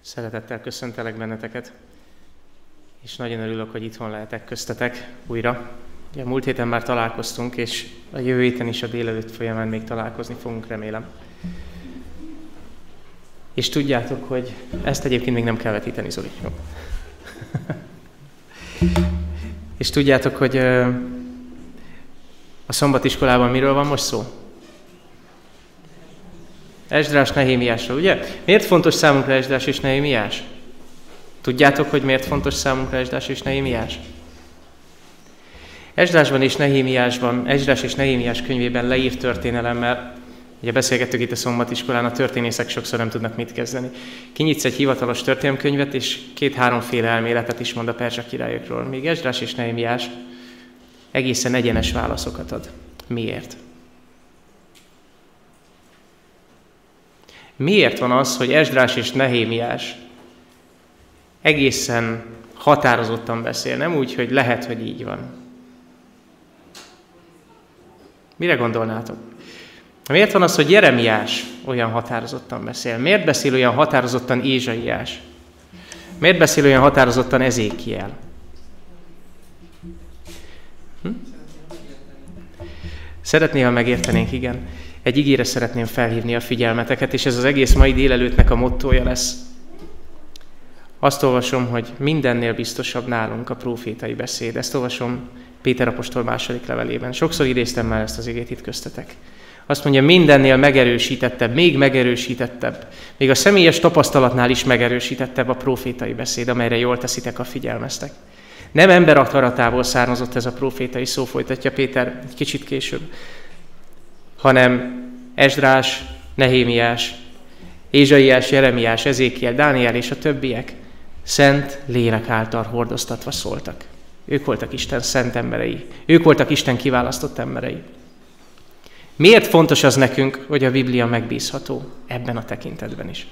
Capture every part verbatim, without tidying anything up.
Szeretettel köszöntelek benneteket, és nagyon örülök, hogy itthon lehetek köztetek újra. Ugye, múlt héten már találkoztunk, és a jövő héten is a délelőtt folyamán még találkozni fogunk, remélem. És tudjátok, hogy ezt egyébként még nem kell vetíteni, Zoli. Jó. És tudjátok, hogy a szombatiskolában miről van most szó? Esdrás, Nehémiásról, ugye? Miért fontos számunkra Esdrás és Nehémiás? Tudjátok, hogy miért fontos számunkra Esdrás és Nehémiás? Esdrásban és Nehémiásban, Esdrás és Nehémiás könyvében leírt történelemmel, ugye beszélgettük itt a szombatiskolán, a történészek sokszor nem tudnak mit kezdeni. Kinyitsz egy hivatalos történelemkönyvet, és két-háromféle elméletet is mond a perzsa királyokról. Míg Esdrás és Nehémiás egészen egyenes válaszokat ad. Miért? Miért van az, hogy Esdrás és Nehémiás egészen határozottan beszél, nem úgy, hogy lehet, hogy így van? Mire gondolnátok? Miért van az, hogy Jeremiás olyan határozottan beszél? Miért beszél olyan határozottan Ézsaiás? Miért beszél olyan határozottan Ezékiel? Hm? Szeretné, ha megértenénk, igen. Egy igére szeretném felhívni a figyelmeteket, és ez az egész mai délelőttnek a mottója lesz. Azt olvasom, hogy mindennél biztosabb nálunk a prófétai beszéd. Ezt olvasom Péter apostol második levelében. Sokszor idéztem már ezt az igét itt köztetek. Azt mondja, mindennél megerősítettebb, még megerősítettebb, még a személyes tapasztalatnál is megerősítettebb a prófétai beszéd, amelyre jól teszitek, a figyelmeztek. Nem ember akaratából származott ez a prófétai szó, folytatja Péter egy kicsit később, hanem Esdrás, Nehémiás, Ézsaiás, Jeremiás, Ezékiel, Dániel és a többiek szent lélek által hordoztatva szóltak. Ők voltak Isten szent emberei. Ők voltak Isten kiválasztott emberei. Miért fontos az nekünk, hogy a Biblia megbízható ebben a tekintetben is?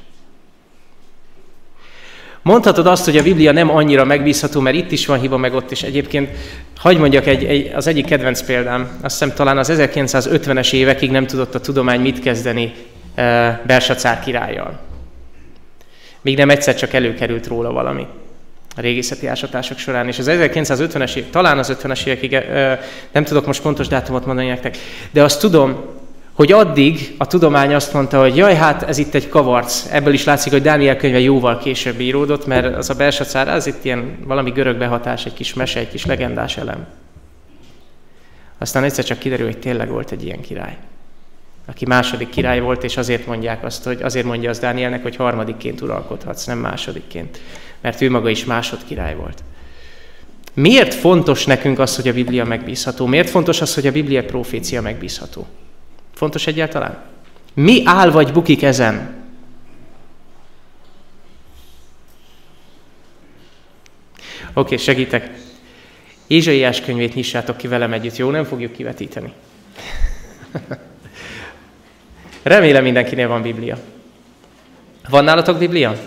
Mondhatod azt, hogy a Biblia nem annyira megbízható, mert itt is van hiba, meg ott is. Egyébként, hadd mondjak egy, egy, az egyik kedvenc példám. Azt hiszem talán az ezerkilencszázötvenes évekig nem tudott a tudomány mit kezdeni e, Belsacár királlyal. Még nem egyszer csak előkerült róla valami a régészeti ásatások során. És az ezerkilencszázötvenes év, talán az ötvenes évekig, e, nem tudok most pontos dátumot mondani nektek, de azt tudom, hogy addig a tudomány azt mondta, hogy jaj, hát ez itt egy kavarc. Ebből is látszik, hogy Dániel könyve jóval később íródott, mert az a Belsacár, az itt ilyen valami görög behatás, egy kis mese, egy kis legendás elem. Aztán egyszer csak kiderül, hogy tényleg volt egy ilyen király, aki második király volt, és azért mondják azt, hogy azért mondja az Dánielnek, hogy harmadikként uralkodhatsz, nem másodikként, mert ő maga is másodkirály volt. Miért fontos nekünk az, hogy a Biblia megbízható? Miért fontos az, hogy a Biblia profécia megbízható? Fontos egyáltalán? Mi áll vagy bukik ezen? Oké, segítek. Ézsaiás könyvét nyissátok ki velem együtt, jó? Nem fogjuk kivetíteni. Remélem mindenkinél van Biblia. Van nálatok Biblia?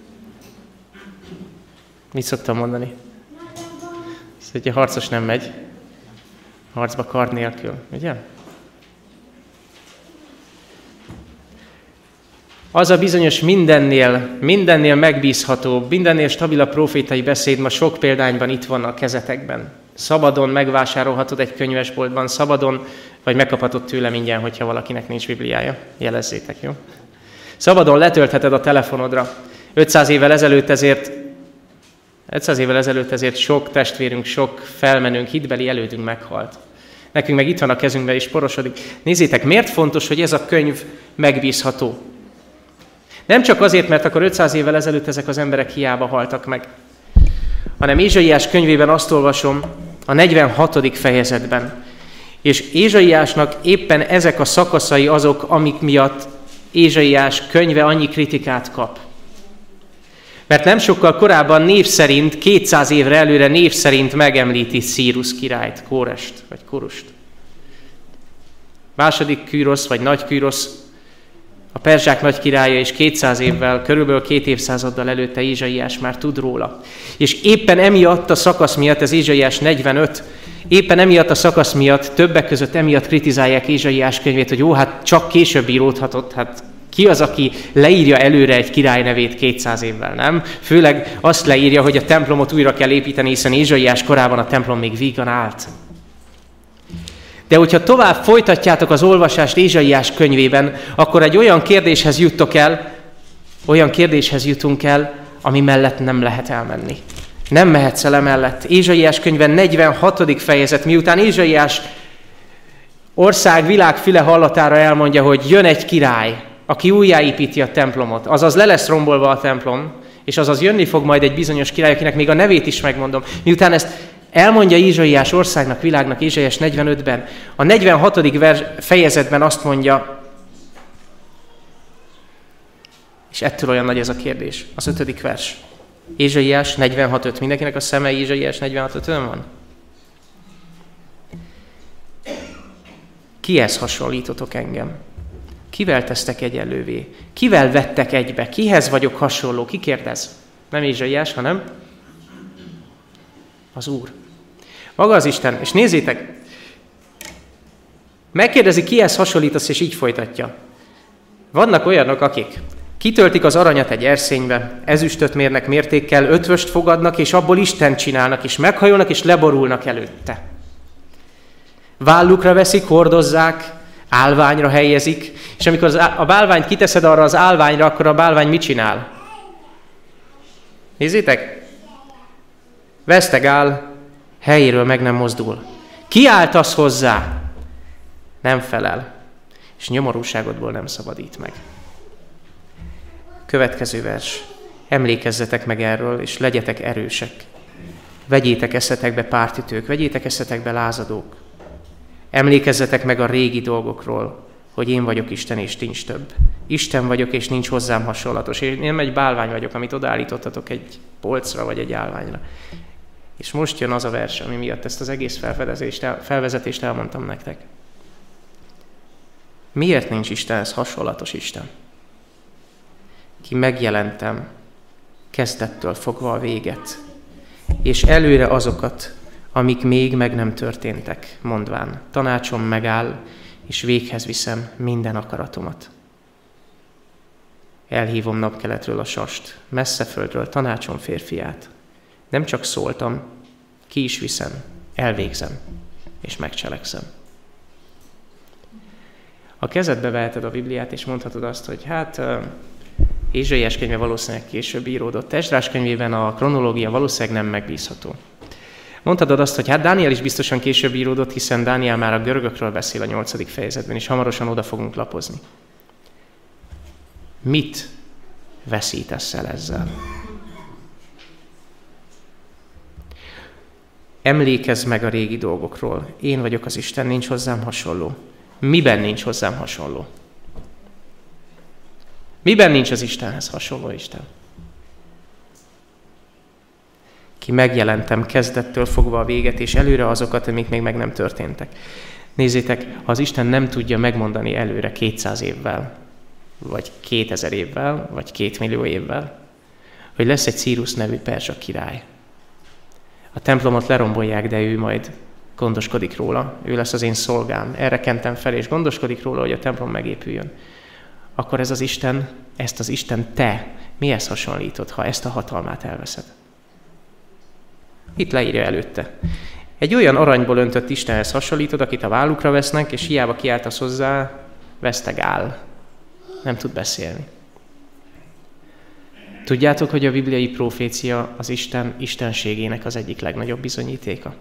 Mit szoktam mondani? Ez egy harcos nem megy. Harcba kard nélkül, ugye? Az a bizonyos mindennél, mindennél megbízhatóbb, mindennél stabilabb prófétai beszéd ma sok példányban itt van a kezetekben. Szabadon megvásárolhatod egy könyvesboltban, szabadon, vagy megkaphatod tőlem ingyen, hogyha valakinek nincs Bibliája. Jelezzétek, jó? Szabadon letöltheted a telefonodra. ötszáz évvel ezelőtt ezért, ötszáz évvel ezelőtt ezért sok testvérünk, sok felmenőnk, hitbeli elődünk meghalt. Nekünk meg itt van a kezünkben és porosodik. Nézzétek, miért fontos, hogy ez a könyv megbízható? Nem csak azért, mert akkor ötszáz évvel ezelőtt ezek az emberek hiába haltak meg, hanem Ézsaiás könyvében azt olvasom a negyvenhatodik fejezetben. És Ézsaiásnak éppen ezek a szakaszai azok, amik miatt Ézsaiás könyve annyi kritikát kap. Mert nem sokkal korábban név szerint, kétszáz évre előre név szerint megemlíti Círusz királyt, Kórest, vagy Kurust. Második Kűrosz, vagy Nagy Kűrosz, a perzsák nagy királya, és kétszáz évvel, körülbelül két évszázaddal előtte Ézsaiás már tud róla. És éppen emiatt a szakasz miatt, ez Ézsaiás negyvenöt, éppen emiatt a szakasz miatt, többek között emiatt kritizálják Ézsaiás könyvét, hogy jó, hát csak később íródhatott, hát Ki az, aki leírja előre egy király nevét kétszáz évvel, nem? Főleg azt leírja, hogy a templomot újra kell építeni, hiszen Ézsaiás korában a templom még vígan állt. De hogyha tovább folytatjátok az olvasást Ézsaiás könyvében, akkor egy olyan kérdéshez juttok el, olyan kérdéshez jutunk el, ami mellett nem lehet elmenni. Nem mehetsz el emellett. Ézsaiás könyven negyvenhatodik fejezet, miután Ézsaiás ország, világ füle hallatára elmondja, hogy jön egy király, aki újjáépíti a templomot. Azaz le lesz rombolva a templom, és azaz jönni fog majd egy bizonyos király, akinek még a nevét is megmondom. Miután ezt elmondja Ézsaiás országnak, világnak, Ézsaiás negyvenötben, a negyvenhatodik fejezetben azt mondja, és ettől olyan nagy ez a kérdés, az ötödik vers. Ézsaiás negyvenhat öt. Mindenkinek a szeme Ézsaiás negyvenhat ötön van? Kihez hasonlítotok engem? Kivel tesztek egyenlővé? Kivel vettek egybe? Kihez vagyok hasonló? Ki kérdez? Nem Ézsaiás, hanem az Úr. Maga az Isten. És nézzétek, megkérdezi, kihez hasonlítasz, és így folytatja. Vannak olyanok, akik kitöltik az aranyat egy erszénybe, ezüstöt mérnek mértékkel, ötvöst fogadnak, és abból Istent csinálnak, és meghajolnak, és leborulnak előtte. Vállukra veszik, hordozzák, állványra helyezik, és amikor a bálványt kiteszed arra az állványra, akkor a bálvány mit csinál? Nézzétek! Veszteg áll, helyéről meg nem mozdul. Kiáltasz hozzá? Nem felel, és nyomorúságodból nem szabadít meg. Következő vers. Emlékezzetek meg erről, és legyetek erősek. Vegyétek eszetekbe pártütők, vegyétek eszetekbe lázadók. Emlékezzetek meg a régi dolgokról, hogy én vagyok Isten, és nincs több. Isten vagyok, és nincs hozzám hasonlatos. Én nem egy bálvány vagyok, amit odaállítottatok egy polcra, vagy egy állványra. És most jön az a vers, ami miatt ezt az egész felvezetést elmondtam nektek. Miért nincs Istenhez hasonlatos Isten? Ki megjelentem kezdettől fogva a véget, és előre azokat, amik még meg nem történtek, mondván, tanácsom megáll, és véghez viszem minden akaratomat. Elhívom napkeletről a sast, messze földről tanácsom férfiát. Nem csak szóltam, ki is viszem, elvégzem, és megcselekszem. A kezedbe veheted a Bibliát, és mondhatod azt, hogy hát Ézsaiás könyve valószínűleg később íródott. Esdrás könyvében a kronológia valószínűleg nem megbízható. Mondhatod azt, hogy hát Dániel is biztosan később íródott, hiszen Dániel már a görögökről beszél a nyolcadik fejezetben, és hamarosan oda fogunk lapozni. Mit veszítesz el ezzel? Emlékezz meg a régi dolgokról. Én vagyok az Isten, nincs hozzám hasonló. Miben nincs hozzám hasonló? Miben nincs az Istenhez hasonló Isten? Ki megjelentem kezdettől fogva a véget, és előre azokat, amik még meg nem történtek. Nézzétek, ha az Isten nem tudja megmondani előre kétszáz évvel, vagy kétezer évvel, vagy két millió évvel, hogy lesz egy Círusz nevű perzsa király. A templomot lerombolják, de ő majd gondoskodik róla. Ő lesz az én szolgám. Erre kentem fel, és gondoskodik róla, hogy a templom megépüljön. Akkor ez az Isten, ezt az Isten te mihez hasonlítod, ha ezt a hatalmát elveszed? Itt leírja előtte. Egy olyan aranyból öntött Istenhez hasonlítod, akit a vállukra vesznek, és hiába kiáltasz hozzá, veszteg áll. Nem tud beszélni. Tudjátok, hogy a bibliai profécia az Isten istenségének az egyik legnagyobb bizonyítéka?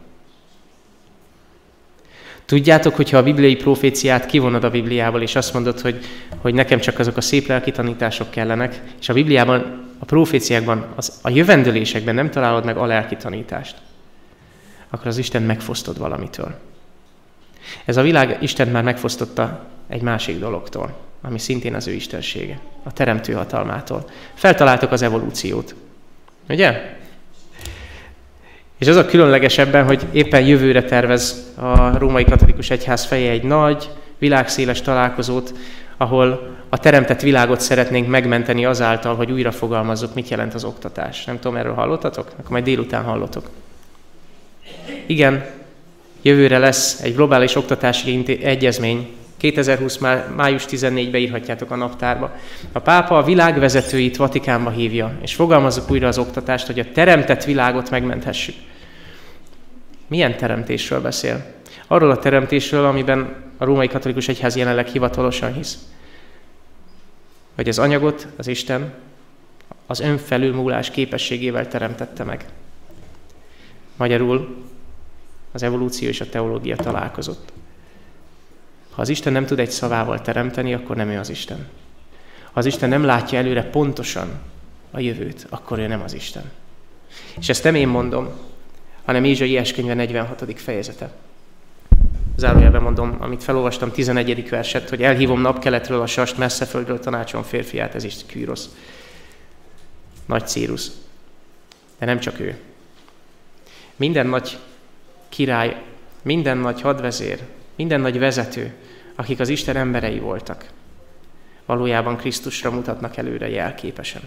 Tudjátok, hogyha a bibliai proféciát kivonod a Bibliából, és azt mondod, hogy, hogy nekem csak azok a szép lelki tanítások kellenek, és a Bibliában, a proféciákban, az, a jövendőlésekben nem találod meg a lelki tanítást, akkor az Isten megfosztod valamitől. Ez a világ Isten már megfosztotta egy másik dologtól, ami szintén az ő istensége, a teremtő hatalmától. Feltaláltok az evolúciót. Ugye? És az a különleges ebben, hogy éppen jövőre tervez a római katolikus egyház feje egy nagy, világszéles találkozót, ahol a teremtett világot szeretnénk megmenteni azáltal, hogy újra fogalmazzuk, mit jelent az oktatás. Nem tudom, erről hallottatok? Akkor majd délután hallotok. Igen, jövőre lesz egy globális oktatási egyezmény, kétezer-húsz. május tizennégyedike írhatjátok a naptárba. A pápa a világ vezetőit Vatikánba hívja, és fogalmazzuk újra az oktatást, hogy a teremtett világot megmenthessük. Milyen teremtésről beszél? Arról a teremtésről, amiben a római katolikus egyház jelenleg hivatalosan hisz. Hogy az anyagot, az Isten az önfelülmúlás képességével teremtette meg. Magyarul az evolúció és a teológia találkozott. Ha az Isten nem tud egy szavával teremteni, akkor nem ő az Isten. Ha az Isten nem látja előre pontosan a jövőt, akkor ő nem az Isten. És ezt nem én mondom, hanem Ézsaiás könyve negyvenhatodik fejezete. Zárójelben mondom, amit felolvastam, tizenegyedik verset, hogy elhívom napkeletről a sast, messzeföldről tanácsom férfiát, ez is Kűrosz. Nagy Círusz. De nem csak ő. Minden nagy király, minden nagy hadvezér, minden nagy vezető, akik az Isten emberei voltak, valójában Krisztusra mutatnak előre jelképesen.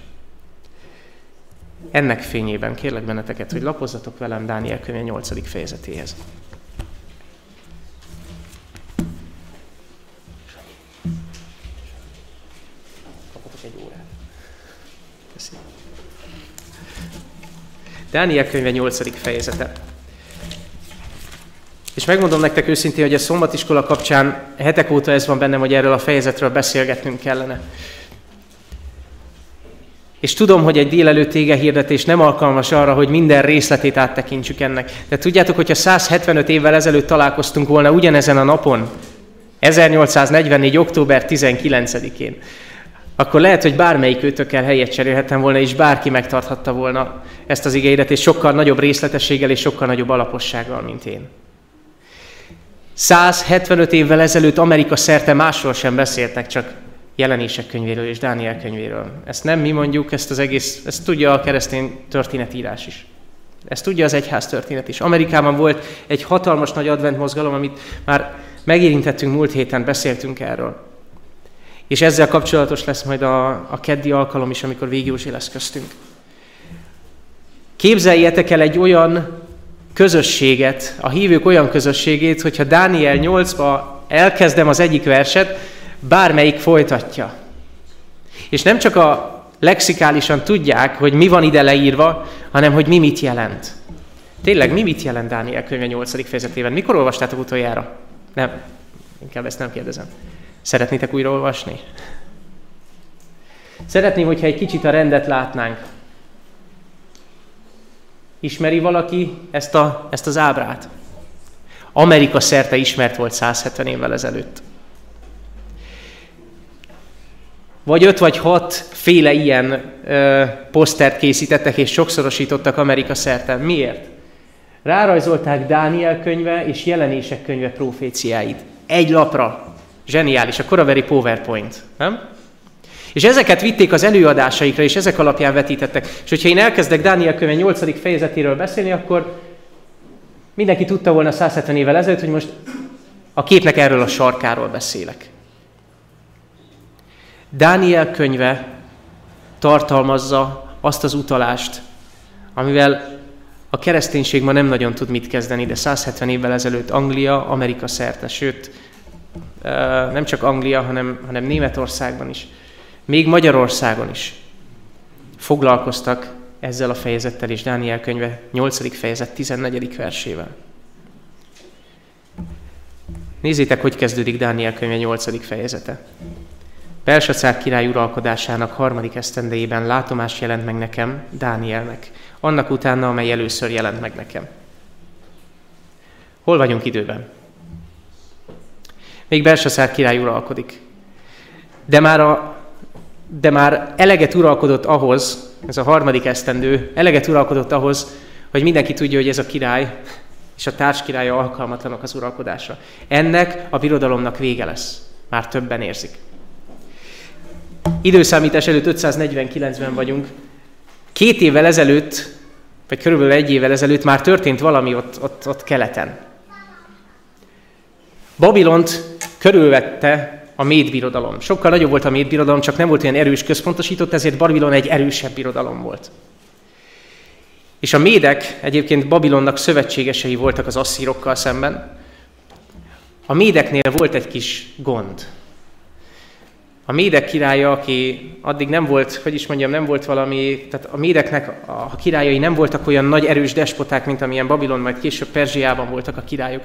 Ennek fényében kérlek benneteket, hogy lapozzatok velem Dániel könyve nyolcadik fejezetéhez. Kapatok egy órát. Köszönöm. Dániel könyve nyolcadik fejezete. És megmondom nektek őszintén, hogy a szombatiskola kapcsán hetek óta ez van bennem, hogy erről a fejezetről beszélgetnünk kellene. És tudom, hogy egy délelőtt égehirdetés nem alkalmas arra, hogy minden részletét áttekintsük ennek. De tudjátok, hogyha száz hetvenöt évvel ezelőtt találkoztunk volna ugyanezen a napon, ezernyolcszáznegyvennégy. október tizenkilencedikén, akkor lehet, hogy bármelyik őtökkel helyet cserélhettem volna, és bárki megtarthatta volna ezt az igehirdetést sokkal nagyobb részletességgel és sokkal nagyobb alapossággal, mint én. száz hetvenöt évvel ezelőtt Amerika szerte másról sem beszéltek, csak Jelenések könyvéről és Dániel könyvéről. Ezt nem mi mondjuk, ezt az egész, ezt tudja a keresztény történetírás is. Ezt tudja az egyház történet is. Amerikában volt egy hatalmas nagy advent mozgalom, amit már megérintettünk múlt héten, beszéltünk erről. És ezzel kapcsolatos lesz majd a, a keddi alkalom is, amikor Végi Józsi lesz köztünk. Képzeljétek el egy olyan közösséget, a hívők olyan közösségét, hogyha Dániel nyolcba elkezdem az egyik verset, bármelyik folytatja. És nem csak a lexikálisan tudják, hogy mi van ide leírva, hanem hogy mi mit jelent. Tényleg, mi mit jelent Dániel könyve nyolcadik fejezetében? Mikor olvastátok utoljára? Nem, inkább ezt nem kérdezem. Szeretnétek újra olvasni? Szeretném, hogyha egy kicsit a rendet látnánk. Ismeri valaki ezt, a, ezt az ábrát? Amerika szerte ismert volt száz hetven évvel ezelőtt. Vagy öt vagy hat féle ilyen ö, posztert készítettek és sokszorosítottak Amerika szerte. Miért? Rárajzolták Dániel könyve és Jelenések könyve proféciáit. Egy lapra. Zseniális, a korabeli PowerPoint. Nem? És ezeket vitték az előadásaikra, és ezek alapján vetítettek. És hogyha én elkezdek Dániel könyve nyolcadik fejezetéről beszélni, akkor mindenki tudta volna száz hetven évvel ezelőtt, hogy most a képnek erről a sarkáról beszélek. Dániel könyve tartalmazza azt az utalást, amivel a kereszténység ma nem nagyon tud mit kezdeni, de száz hetven évvel ezelőtt Anglia, Amerika szerte, sőt, nem csak Anglia, hanem, hanem Németországban is, még Magyarországon is foglalkoztak ezzel a fejezettel, és Dániel könyve nyolcadik fejezet tizennegyedik versével. Nézzétek, hogy kezdődik Dániel könyve nyolcadik fejezete. Belsacár király uralkodásának harmadik esztendejében látomás jelent meg nekem, Dánielnek, annak utána, amely először jelent meg nekem. Hol vagyunk időben? Még Belsacár király uralkodik. De már, a, de már eleget uralkodott ahhoz, ez a harmadik esztendő, eleget uralkodott ahhoz, hogy mindenki tudja, hogy ez a király és a társkirálya alkalmatlanok az uralkodásra. Ennek a birodalomnak vége lesz. Már többen érzik. Időszámítás előtt ötszáznegyvenkilencben vagyunk. Két évvel ezelőtt, vagy körülbelül egy évvel ezelőtt már történt valami ott, ott, ott keleten. Babilont körülvette a méd birodalom. Sokkal nagyobb volt a méd birodalom, csak nem volt olyan erős központosított, ezért Babilon egy erősebb birodalom volt. És a médek egyébként Babilonnak szövetségesei voltak az asszírokkal szemben. A médeknél volt egy kis gond. A médek királya, aki addig nem volt, hogy is mondjam, nem volt valami, tehát a médeknek a királyai nem voltak olyan nagy erős despoták, mint amilyen Babilon, majd később Perzsiában voltak a királyok.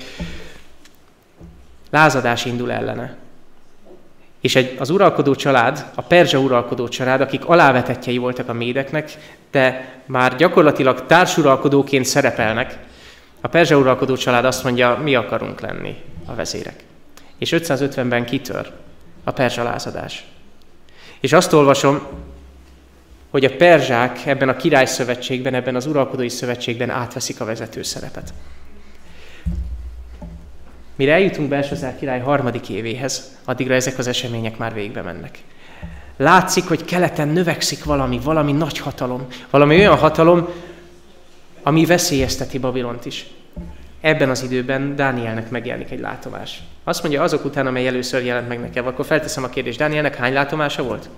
Lázadás indul ellene. És egy, az uralkodó család, a perzsa uralkodó család, akik alávetettjei voltak a médeknek, de már gyakorlatilag társuralkodóként szerepelnek, a perzsa uralkodó család azt mondja, mi akarunk lenni a vezérek. És ötszázötvenben kitör a perzsa lázadás. És azt olvasom, hogy a perzsák ebben a királyszövetségben, ebben az uralkodói szövetségben átveszik a vezető szerepet. Mire eljutunk Belsazár király harmadik évéhez, addigra ezek az események már végbe mennek. Látszik, hogy keleten növekszik valami, valami nagy hatalom, valami olyan hatalom, ami veszélyezteti Babilont is. Ebben az időben Dánielnek megjelenik egy látomás. Azt mondja, azok után, amely először jelent meg nekem, akkor felteszem a kérdést, Dánielnek hány látomása volt?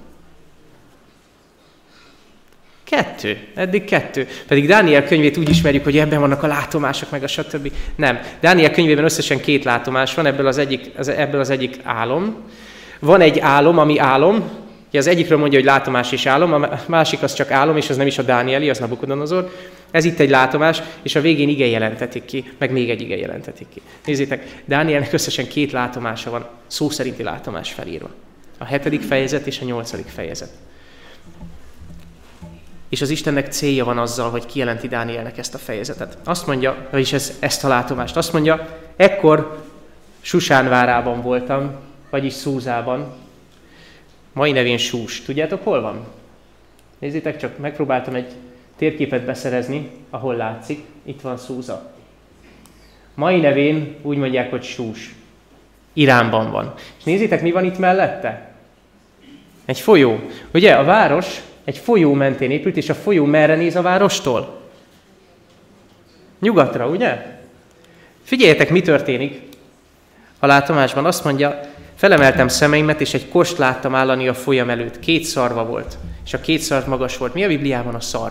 Kettő. Eddig kettő. Pedig Dániel könyvét úgy ismerjük, hogy ebben vannak a látomások, meg a stb. Nem. Dániel könyvében összesen két látomás van, ebből az egyik, ebből az egyik álom. Van egy álom, ami álom. Az egyikről mondja, hogy látomás és álom, a másik az csak álom, és az nem is a Dánieli, az Nabukodonozor. Ez itt egy látomás, és a végén ige jelentetik ki, meg még egy ige jelentetik ki. Nézzétek, Dánielnek összesen két látomása van, szó szerinti látomás felírva. A hetedik fejezet és a nyolcadik fejezet. És az Istennek célja van azzal, hogy kijelenti Dánielnek ezt a fejezetet. Azt mondja, vagyis ez, ezt a látomást, azt mondja, ekkor Susán várában voltam, vagyis Szúzában, mai nevén Sús. Tudjátok, hol van? Nézzétek csak, megpróbáltam egy térképet beszerezni, ahol látszik. Itt van Szúza. Mai nevén úgy mondják, hogy Sús. Iránban van. És nézzétek, mi van itt mellette? Egy folyó. Ugye, a város egy folyó mentén épült, és a folyó merre néz a várostól? Nyugatra, ugye? Figyeljetek, mi történik a látomásban. Azt mondja, felemeltem szemeimet, és egy kost láttam állani a folyam előtt. Két szarva volt, és a két szarv magas volt. Mi a Bibliában a szarv?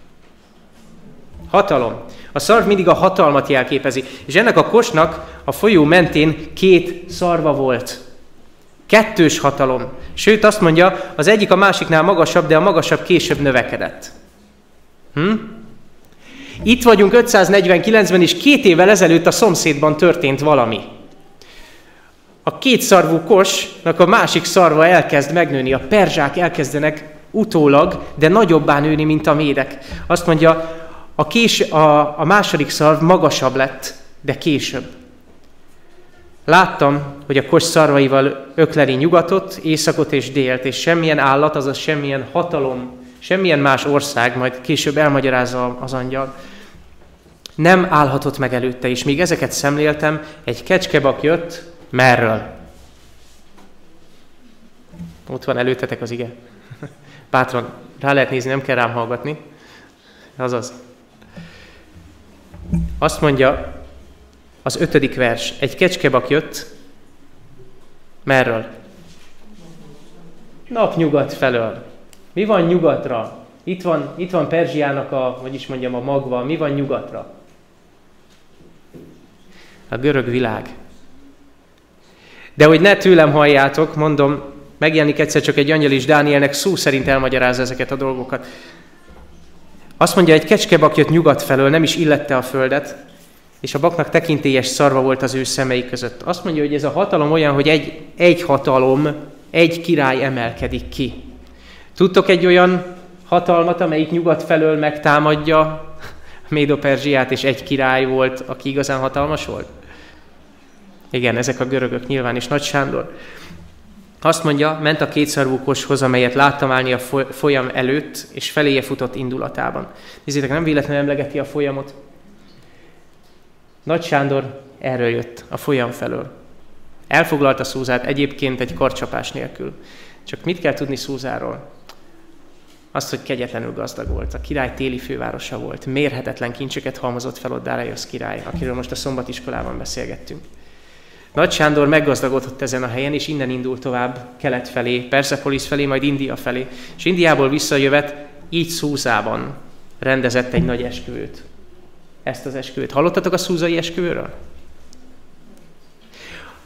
Hatalom. A szarv mindig a hatalmat jelképezi. És ennek a kostnak a folyó mentén két szarva volt. Kettős hatalom. Sőt, azt mondja, az egyik a másiknál magasabb, de a magasabb később növekedett. Hm? Itt vagyunk ötszáznegyvenkilencben, és két évvel ezelőtt a szomszédban történt valami. A kétszarvú kosnak a másik szarva elkezd megnőni. A perzsák elkezdenek utólag, de nagyobbá nőni, mint a médek. Azt mondja, a, kés, a, a második szarv magasabb lett, de később. Láttam, hogy a kos szarvaival ökleli nyugatot, északot és délt, és semmilyen állat, azaz semmilyen hatalom, semmilyen más ország, majd később elmagyarázza az angyal, nem állhatott meg előtte, és míg ezeket szemléltem, egy kecskebak jött, merről? Ott van előttetek az ige. Bátran, rá lehet nézni, nem kell rám hallgatni. Azaz. Azt mondja, az ötödik vers, egy kecskebak jött, merről? Napnyugat felől. Mi van nyugatra? Itt van, itt van Perzsiának a, hogy is mondjam, a magva. Mi van nyugatra? A görög világ. De hogy ne tőlem halljátok, mondom, megjelenik egyszer csak egy angyal is, Dánielnek szó szerint elmagyarázza ezeket a dolgokat. Azt mondja, egy kecskebak jött nyugat felől, nem is illette a földet, és a baknak tekintélyes szarva volt az ő szemei között. Azt mondja, hogy ez a hatalom olyan, hogy egy, egy hatalom, egy király emelkedik ki. Tudtok egy olyan hatalmat, amelyik nyugat felől megtámadja Médo-Perzsiát, és egy király volt, aki igazán hatalmas volt? Igen, ezek a görögök nyilván, és Nagy Sándor. Azt mondja, ment a kétszarvú koshoz, amelyet láttam állni a folyam előtt, és feléje futott indulatában. Nézzétek, nem véletlenül emlegeti a folyamot. Nagy Sándor erről jött, a folyam felől. Elfoglalta Szúzát egyébként egy karcsapás nélkül. Csak mit kell tudni Szúzáról? Azt, hogy kegyetlenül gazdag volt. A király téli fővárosa volt. Mérhetetlen kincseket halmozott fel ott Dáreiosz király, akiről most a szombatiskolában beszélgettünk. Nagy Sándor meggazdagodott ezen a helyen, és innen indul tovább kelet felé, Perszepolisz felé, majd India felé. És Indiából visszajövet, így Szúzában rendezett egy nagy esküvőt. Ezt az esküvőt. Hallottatok a szúzai esküvőről?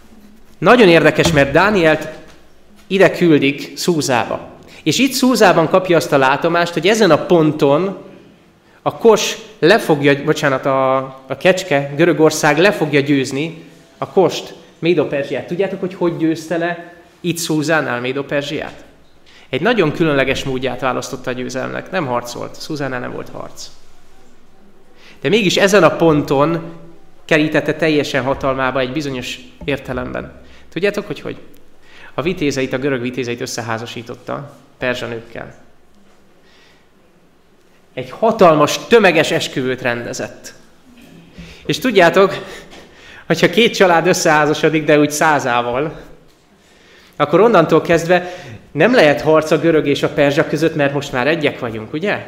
Nagyon érdekes, mert Dánielt ide küldik Szúzába. És itt Szúzában kapja azt a látomást, hogy ezen a ponton a Kos le fogja, bocsánat, a, a kecske, Görögország le fogja győzni a Kost, Médo-Perzsiát. Tudjátok, hogy hogy győzte le itt Szúzánál Médo-Perzsiát? Egy nagyon különleges módját választotta a győzelmnek. Nem harcolt, Szúzánál nem volt harc. De mégis ezen a ponton kerítette teljesen hatalmába egy bizonyos értelemben. Tudjátok, hogy hogy? A vitézeit, a görög vitézeit összeházasította perzsa nőkkel. Egy hatalmas, tömeges esküvőt rendezett. És tudjátok, hogyha két család összeházasodik, de úgy százával, akkor onnantól kezdve nem lehet harc a görög és a perzsa között, mert most már egyek vagyunk, ugye?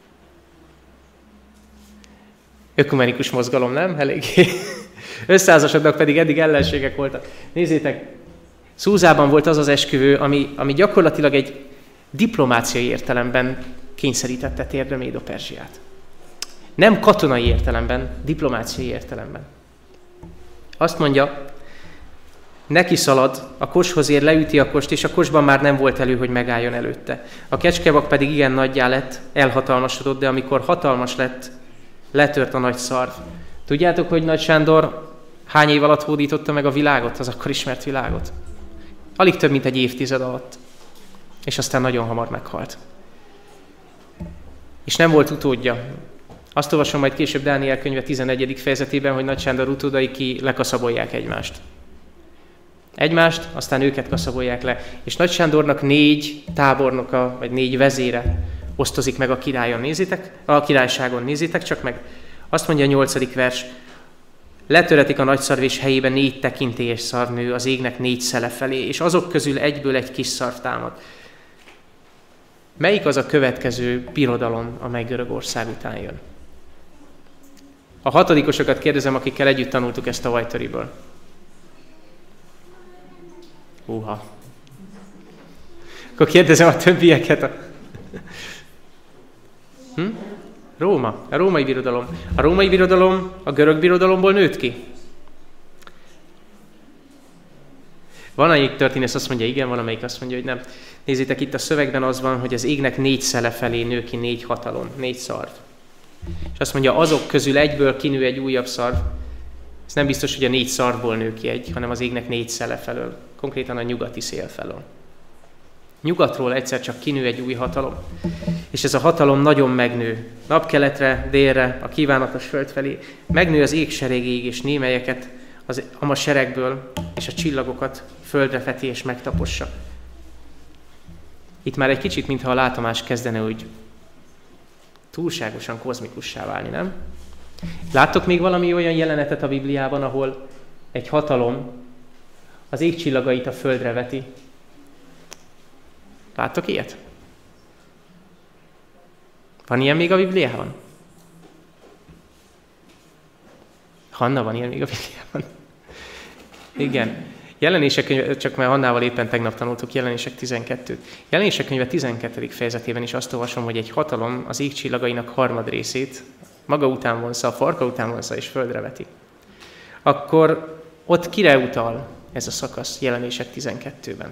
Ökumenikus mozgalom, nem? Eléggé. Összeházasodnak, pedig eddig ellenségek voltak. Nézzétek, Szúzában volt az az esküvő, ami, ami gyakorlatilag egy diplomáciai értelemben kényszerítette térdre Médo-Perzsiát. Nem katonai értelemben, diplomáciai értelemben. Azt mondja, neki szalad, a Koshoz ér, leüti a Kost, és a Kosban már nem volt elő, hogy megálljon előtte. A kecskevak pedig igen nagyjá lett, elhatalmasodott, de amikor hatalmas lett, letört a nagy szarv. Tudjátok, hogy Nagy Sándor hány év alatt hódította meg a világot, az akkor ismert világot? Alig több, mint egy évtized alatt. És aztán nagyon hamar meghalt. És nem volt utódja. Azt olvasom majd később Dániel könyve tizenegyedik fejezetében, hogy Nagy Sándor utódai ki lekaszabolják egymást. Egymást, aztán őket kaszabolják le. És Nagy Sándornak négy tábornoka, vagy négy vezére osztozik meg a királyon. Nézzétek, a királyságon nézzétek csak meg. Azt mondja a nyolcadik vers, letöretik a nagyszarv, és helyében négy tekintélyes szarv nő az égnek négy szele felé, és azok közül egyből egy kis szarv támad. Melyik az a következő birodalom, amely Görögország után jön? A hatodikosokat kérdezem, akikkel együtt tanultuk ezt a Vajtoriből. Húha. Akkor kérdezem a többieket. A... Hm? Róma, a római birodalom. A római birodalom a görög birodalomból nőtt ki. Van, amelyik történész azt mondja, igen, van, amelyik azt mondja, hogy nem. Nézzétek, itt a szövegben az van, hogy az égnek négy szele felé nő ki négy hatalom, négy szarv. És azt mondja, azok közül egyből kinő egy újabb szarv. Ez nem biztos, hogy a négy szarvból nő ki egy, hanem az égnek négy szele felől. Konkrétan a nyugati szél felől. Nyugatról egyszer csak kinő egy új hatalom. És ez a hatalom nagyon megnő. Napkeletre, délre, a kívánatos föld felé. Megnő az ég seregéig, és némelyeket az ama seregből és a csillagokat földre feti és megtapossa. Itt már egy kicsit, mintha a látomás kezdene úgy túlságosan kozmikussá válni, nem? Láttok még valami olyan jelenetet a Bibliában, ahol egy hatalom az ég csillagait a földre veti? Láttok ilyet? Van ilyen még a Bibliában? Hanna, van ilyen még a Bibliában? Igen. Jelenések könyve, csak mert Hannával éppen tegnap tanultuk, Jelenések tizenkettőt. Jelenések könyve tizenkettedik fejezetében is azt olvasom, hogy egy hatalom az ég csillagainak harmadrészét maga után vonsza, a farka után vonsza és földre veti. Akkor ott kire utal ez a szakasz Jelenések tizenkettőben?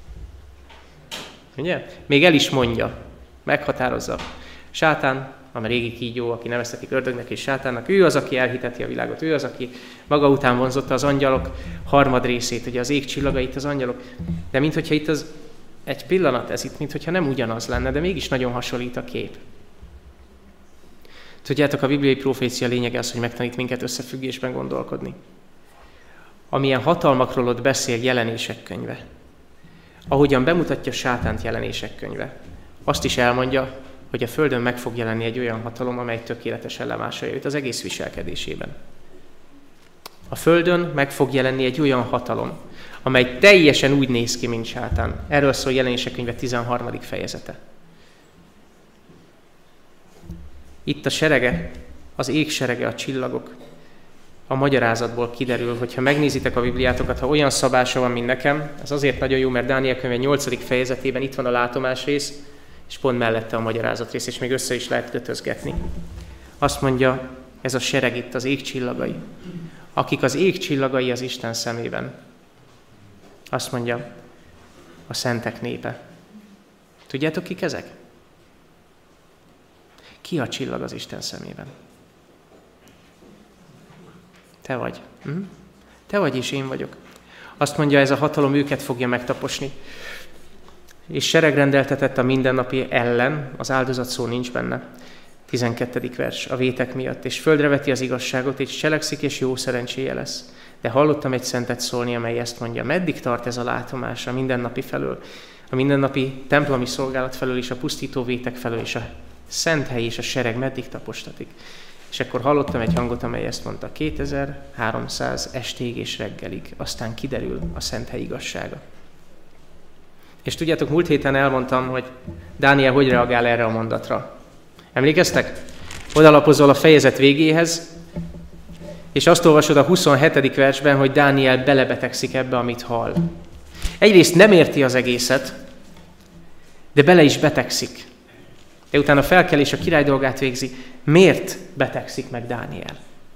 Ugye? Még el is mondja, meghatározza. Sátán, a régi kígyó, aki neveztetik ördögnek és sátánnak, ő az, aki elhiteti a világot, ő az, aki maga után vonzotta az angyalok harmadrészét, ugye az ég csillagait, az angyalok. De minthogyha itt az egy pillanat, ez itt minthogyha nem ugyanaz lenne, de mégis nagyon hasonlít a kép. Tudjátok, a bibliai profécia lényege az, hogy megtanít minket összefüggésben gondolkodni. Amilyen hatalmakról ott beszél Jelenések könyve, ahogyan bemutatja sátánt Jelenések könyve, azt is elmondja, hogy a földön meg fog jelenni egy olyan hatalom, amely tökéletesen lemásolja őt az egész viselkedésében. A földön meg fog jelenni egy olyan hatalom, amely teljesen úgy néz ki, mint sátán. Erről szól Jelenések könyve tizenharmadik fejezete. Itt a serege, az ég serege, a csillagok. A magyarázatból kiderül, hogy ha megnézitek a Bibliátokat, ha olyan szabása van, mint nekem, ez azért nagyon jó, mert Dániel könyve nyolcadik fejezetében itt van a látomás rész, és pont mellette a magyarázat rész, és még össze is lehet kötözgetni. Azt mondja, ez a sereg itt, az ég csillagai, akik az ég csillagai az Isten szemében. Azt mondja, a szentek népe. Tudjátok, kik ezek? Ki a csillag az Isten szemében? Te vagy. Hm? Te vagy és én vagyok. Azt mondja, ez a hatalom őket fogja megtaposni. És seregrendeltetett a mindennapi ellen, az áldozat szó nincs benne. tizenkettedik vers, a vétek miatt. És földre veti az igazságot, és cselekszik, és jó szerencséje lesz. De hallottam egy szentet szólni, amely ezt mondja, meddig tart ez a látomás a mindennapi felől, a mindennapi templomi szolgálat felől, és a pusztító vétek felől, és a szent hely és a sereg meddig tapostatik. És akkor hallottam egy hangot, amely ezt mondta, kétezer-háromszáz estéig és reggelig, aztán kiderül a szent hely igazsága. És tudjátok, múlt héten elmondtam, hogy Dániel hogy reagál erre a mondatra. Emlékeztek? Odalapozol a fejezet végéhez, és azt olvasod a huszonhetedik versben, hogy Dániel belebetegszik ebbe, amit hall. Egyrészt nem érti az egészet, de bele is betegszik. De utána felkel és a király dolgát végzi. Miért betegszik meg Dániel?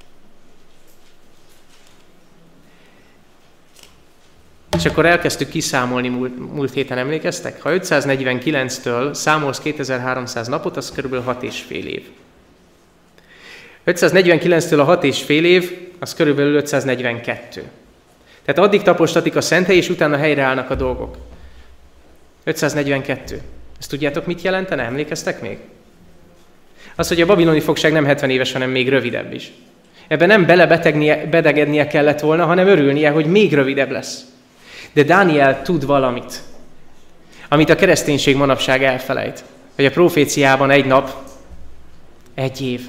És akkor elkezdtük kiszámolni múlt, múlt héten, emlékeztek? Ha ötszáznegyvenkilenctől számolsz kétezer-háromszáz napot, az körülbelül hat és fél év. ötszáznegyvenkilenctől a hat és fél év, az körülbelül ötszáznegyvenkettő. Tehát addig tapostatik a szent hely, és utána helyreállnak a dolgok. ötszáznegyvenkettő. Ezt tudjátok, mit jelentene? Emlékeztek még? Az, hogy a babiloni fogság nem hetven éves, hanem még rövidebb is. Ebben nem belebedegednie kellett volna, hanem örülnie, hogy még rövidebb lesz. De Dániel tud valamit, amit a kereszténység manapság elfelejt. Hogy a proféciában egy nap, egy év.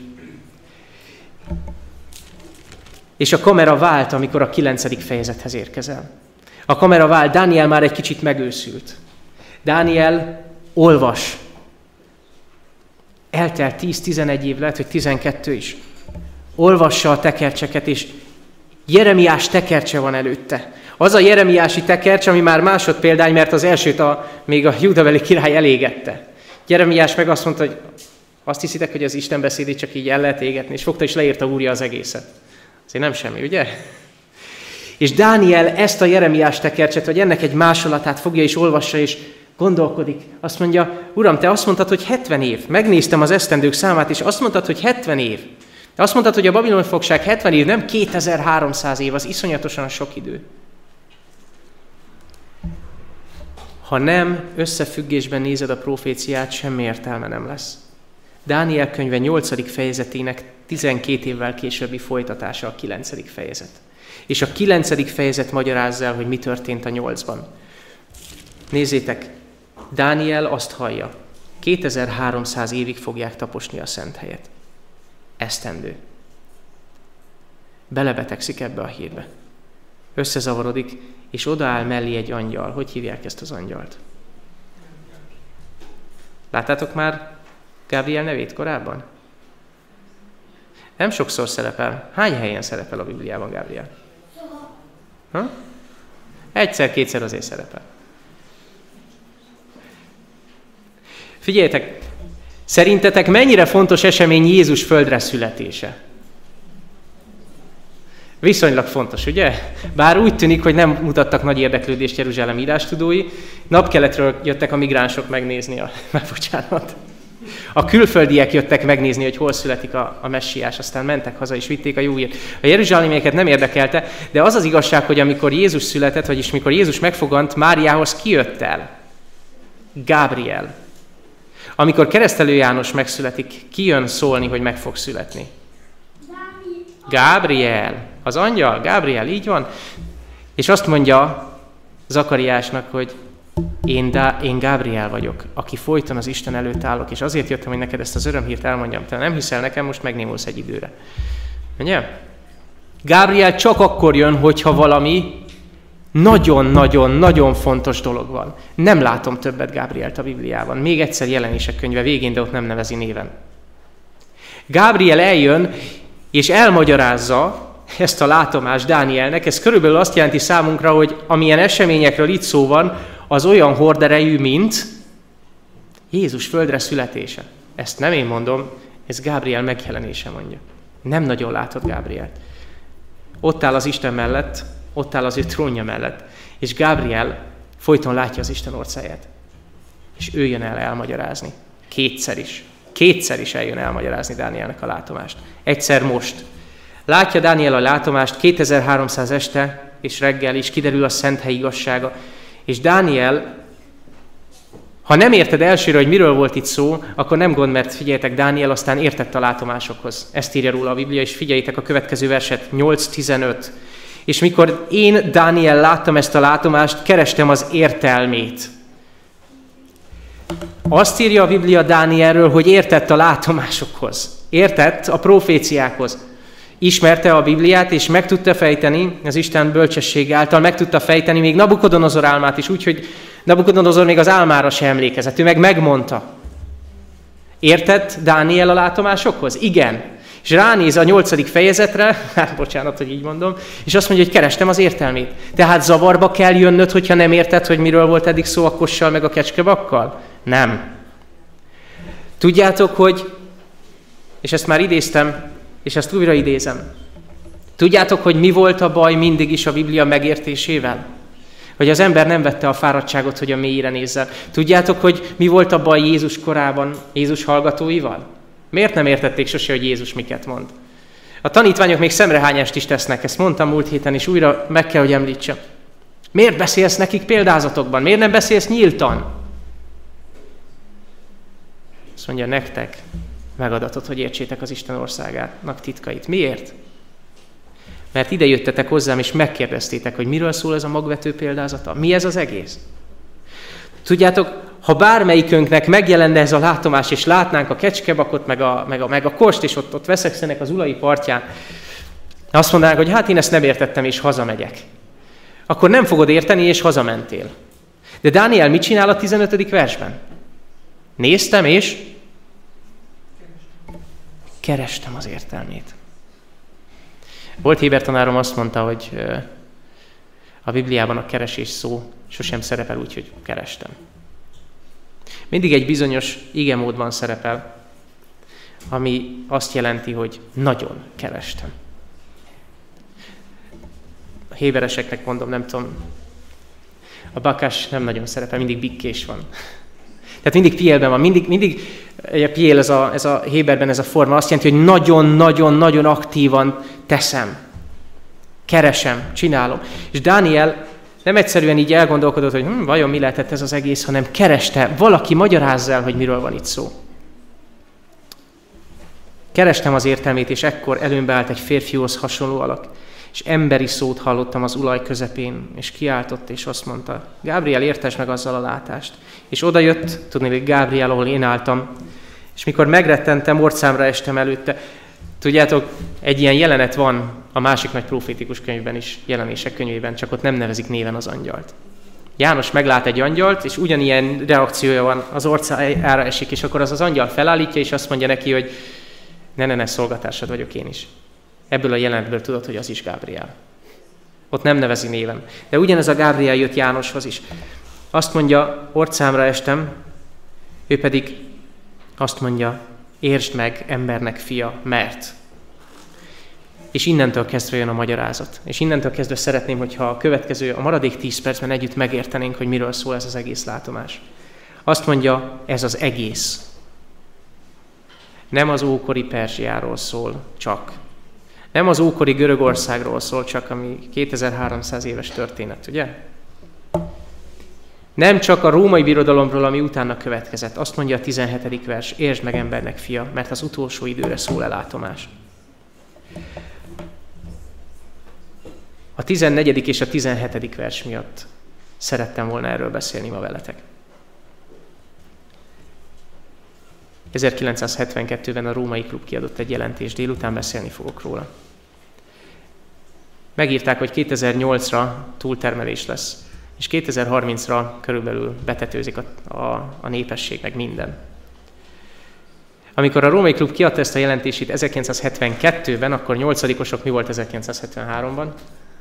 És a kamera vált, amikor a kilencedik fejezethez érkezel. A kamera vált, Dániel már egy kicsit megőszült. Dániel olvas. Eltelt tíz-tizenegy év, lehet, hogy tizenkettő is. Olvassa a tekercseket, és Jeremiás tekercse van előtte. Az a jeremiási tekercs, ami már másodpéldány, mert az elsőt a, még a júdabeli király elégette. Jeremiás meg azt mondta, hogy azt hiszitek, hogy az Isten beszédét csak így el lehet égetni, és fogta és leírta Úria az egészet. Azért nem semmi, ugye? És Dániel ezt a jeremiás tekercset, vagy ennek egy másolatát fogja és olvassa, és gondolkodik. Azt mondja, Uram, te azt mondtad, hogy hetven év. Megnéztem az esztendők számát, és azt mondtad, hogy hetven év. De azt mondtad, hogy a babiloni fogság hetven év, nem kétezer-háromszáz év, az iszonyatosan sok idő. Ha nem összefüggésben nézed a proféciát, semmi értelme nem lesz. Dániel könyve nyolcadik fejezetének tizenkét évvel későbbi folytatása a kilencedik fejezet. És a kilencedik fejezet magyarázza el, hogy mi történt a nyolcban. Nézzétek, Dániel azt hallja, kétezer-háromszáz évig fogják taposni a szent helyet. Esztendő. Belebetegszik ebbe a hírbe. Összezavarodik, és odaáll mellé egy angyal. Hogy hívják ezt az angyalt? Láttátok már Gábriel nevét korábban? Nem sokszor szerepel. Hány helyen szerepel a Bibliában Gábriel? Ha? Egyszer-kétszer azért szerepel. Figyeljetek, szerintetek mennyire fontos esemény Jézus földre születése? Viszonylag fontos, ugye? Bár úgy tűnik, hogy nem mutattak nagy érdeklődést Jeruzsálem írástudói, napkeletről jöttek a migránsok megnézni a... Már bocsánat. A külföldiek jöttek megnézni, hogy hol születik a, a messiás, aztán mentek haza és vitték a jó hírt. A jeruzsálemieket nem érdekelte, de az az igazság, hogy amikor Jézus született, vagyis mikor Jézus megfogant, Máriához ki jött el? Gábriel. Amikor Keresztelő János megszületik, ki jön szólni, hogy meg fog születni? Gábriel. Az angyal, Gábriel, így van. És azt mondja Zakariásnak, hogy én, Dá- én Gábriel vagyok, aki folyton az Isten előtt állok, és azért jöttem, hogy neked ezt az örömhírt elmondjam. Te nem hiszel nekem, most megnémulsz egy időre. Ugye? Gábriel csak akkor jön, hogyha valami nagyon-nagyon-nagyon fontos dolog van. Nem látom többet Gábrielt a Bibliában. Még egyszer Jelenések könyve végén, de ott nem nevezi néven. Gábriel eljön, és elmagyarázza ezt a látomást Dánielnek. Ez körülbelül azt jelenti számunkra, hogy amilyen eseményekről itt szó van, az olyan horderejű, mint Jézus földre születése. Ezt nem én mondom, ez Gábriel megjelenése mondja. Nem nagyon látod Gábrielt. Ott áll az Isten mellett, ott áll az ő trónja mellett. És Gábriel folyton látja az Isten orcáját. És ő jön el elmagyarázni. Kétszer is. Kétszer is eljön elmagyarázni Dánielnek a látomást. Egyszer most. Látja Dániel a látomást kétezer-háromszáz este és reggel, és kiderül a szent hely igazsága. És Dániel, ha nem érted elsőre, hogy miről volt itt szó, akkor nem gond, mert figyeljetek, Dániel aztán értett a látomásokhoz. Ezt írja róla a Biblia, és figyeljétek a következő verset, nyolc tizenöt. És mikor én, Dániel, láttam ezt a látomást, kerestem az értelmét. Azt írja a Biblia Dánielről, hogy értett a látomásokhoz. Értett a proféciákhoz. Ismerte a Bibliát, és meg tudta fejteni, az Isten bölcsessége által meg tudta fejteni még Nabukodonozor álmát is, úgyhogy Nabukodonozor még az álmára sem emlékezett, ő meg megmondta. Értett Dániel a látomásokhoz? Igen. És ránéz a nyolcadik fejezetre, hát bocsánat, hogy így mondom, és azt mondja, hogy kerestem az értelmét. Tehát zavarba kell jönnöd, hogyha nem érted, hogy miről volt eddig szó a kossal meg a kecskebakkal? Nem. Tudjátok, hogy, és ezt már idéztem, és ezt újra idézem. Tudjátok, hogy mi volt a baj mindig is a Biblia megértésével? Hogy az ember nem vette a fáradtságot, hogy a mélyre nézzen. Tudjátok, hogy mi volt a baj Jézus korában, Jézus hallgatóival? Miért nem értették sose, hogy Jézus miket mond? A tanítványok még szemrehányást is tesznek, ezt mondtam múlt héten, és újra meg kell, hogy említsem. Miért beszélsz nekik példázatokban? Miért nem beszélsz nyíltan? Azt mondja, nektek megadatot, hogy értsétek az Isten országának titkait. Miért? Mert ide jöttetek hozzám, és megkérdeztétek, hogy miről szól ez a magvető példázata? Mi ez az egész? Tudjátok, ha bármelyikünknek megjelenne ez a látomás, és látnánk a kecskebakot, meg a, meg a, meg a kost, és ott, ott veszekszenek az ulai partján, azt mondanánk, hogy hát én ezt nem értettem, és hazamegyek. Akkor nem fogod érteni, és hazamentél. De Dániel mit csinál a tizenötödik versben? Néztem, és kerestem az értelmét. Volt Héber tanárom, azt mondta, hogy a Bibliában a keresés szó sosem szerepel úgy, hogy kerestem. Mindig egy bizonyos igemódban szerepel, ami azt jelenti, hogy nagyon kerestem. A hébereseknek mondom, nem tudom, a bakás nem nagyon szerepel, mindig bikkés van. Tehát mindig pielben van, mindig, mindig a piel, ez a, ez a héberben ez a forma, azt jelenti, hogy nagyon-nagyon-nagyon aktívan teszem, keresem, csinálom. És Dániel nem egyszerűen így elgondolkodott, hogy hm, vajon mi lehetett ez az egész, hanem kereste, valaki magyarázza el, hogy miről van itt szó. Kerestem az értelmét, és ekkor előmbe állt egy férfihoz hasonló alak, és emberi szót hallottam az ulaj közepén, és kiáltott, és azt mondta, Gábriel, értesd meg azzal a látást. És oda jött, tudni, hogy Gábriel, ahol én álltam, és mikor megrettentem, orcámra estem előtte. Tudjátok, egy ilyen jelenet van a másik nagy profétikus könyvben is, Jelenések könyvében, csak ott nem nevezik néven az angyalt. János meglát egy angyalt, és ugyanilyen reakciója van, az orcájára esik, és akkor az az angyal felállítja, és azt mondja neki, hogy ne, ne, ne, szolgatásod vagyok én is. Ebből a jelenetből tudod, hogy az is Gábriel. Ott nem nevezi néven. De ugyanez a Gábriel jött Jánoshoz is. Azt mondja, orcámra estem, ő pedig azt mondja, értsd meg, embernek fia, mert. És innentől kezdve jön a magyarázat. És innentől kezdve szeretném, hogyha a következő, a maradék tíz percben együtt megértenénk, hogy miről szól ez az egész látomás. Azt mondja, ez az egész. Nem az ókori Perzsiáról szól csak. Nem az ókori Görögországról szól csak, ami kétezer-háromszáz éves történet, ugye? Nem csak a római birodalomról, ami utána következett. Azt mondja a tizenhetedik vers, értsd meg, embernek fia, mert az utolsó időre szól a látomás. A tizennegyedik és a tizenhetedik vers miatt szerettem volna erről beszélni ma veletek. ezerkilencszázhetvenkettőben a Római Klub kiadott egy jelentést, délután beszélni fogok róla. Megírták, hogy kétezer-nyolcra túltermelés lesz, és kétezer-harmincra körülbelül betetőzik a, a, a népesség, meg minden. Amikor a Római Klub kiadta ezt a jelentését ezerkilencszázhetvenkettőben, akkor nyolcadikosok mi volt ezerkilencszázhetvenháromban?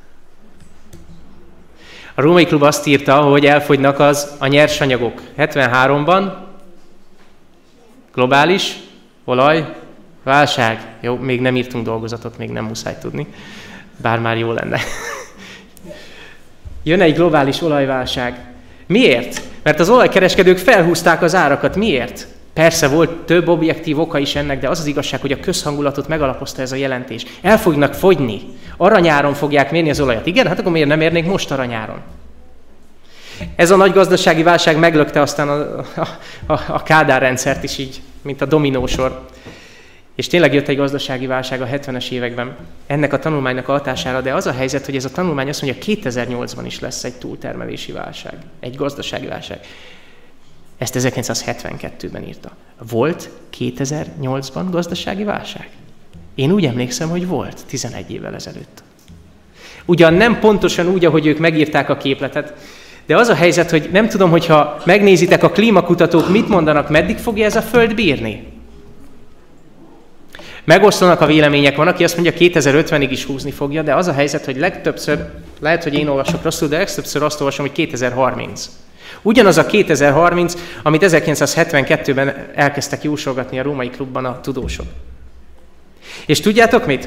A Római Klub azt írta, hogy elfogynak az a nyersanyagok. hetvenháromban globális, olaj, válság. Jó, még nem írtunk dolgozatot, még nem muszáj tudni, bár már jó lenne. Jön egy globális olajválság. Miért? Mert az olajkereskedők felhúzták az árakat. Miért? Persze volt több objektív oka is ennek, de az az igazság, hogy a közhangulatot megalapozta ez a jelentés. El fognak fogyni. Aranyáron fogják mérni az olajat. Igen, hát akkor miért nem mérnék most aranyáron? Ez a nagy gazdasági válság meglökte aztán a, a, a, a Kádár rendszert is így, mint a dominósor. És tényleg jött egy gazdasági válság a hetvenes években ennek a tanulmánynak a hatására, de az a helyzet, hogy ez a tanulmány azt mondja, kétezer-nyolcban is lesz egy túltermelési válság, egy gazdasági válság. Ezt ezerkilencszázhetvenkettőben írta. Volt kétezer-nyolcban gazdasági válság? Én úgy emlékszem, hogy volt tizenegy évvel ezelőtt. Ugyan nem pontosan úgy, ahogy ők megírták a képletet, de az a helyzet, hogy nem tudom, hogyha megnézitek a klímakutatók, mit mondanak, meddig fogja ez a Föld bírni? Megosztanak a vélemények, van, aki azt mondja, kétezer-ötvenig is húzni fogja, de az a helyzet, hogy legtöbbször, lehet, hogy én olvasok rosszul, de legtöbbször azt olvasom, hogy kétezer-harminc. Ugyanaz a kétezer-harminc, amit ezerkilencszázhetvenkettőben elkezdtek jósolgatni a római klubban a tudósok. És tudjátok mit?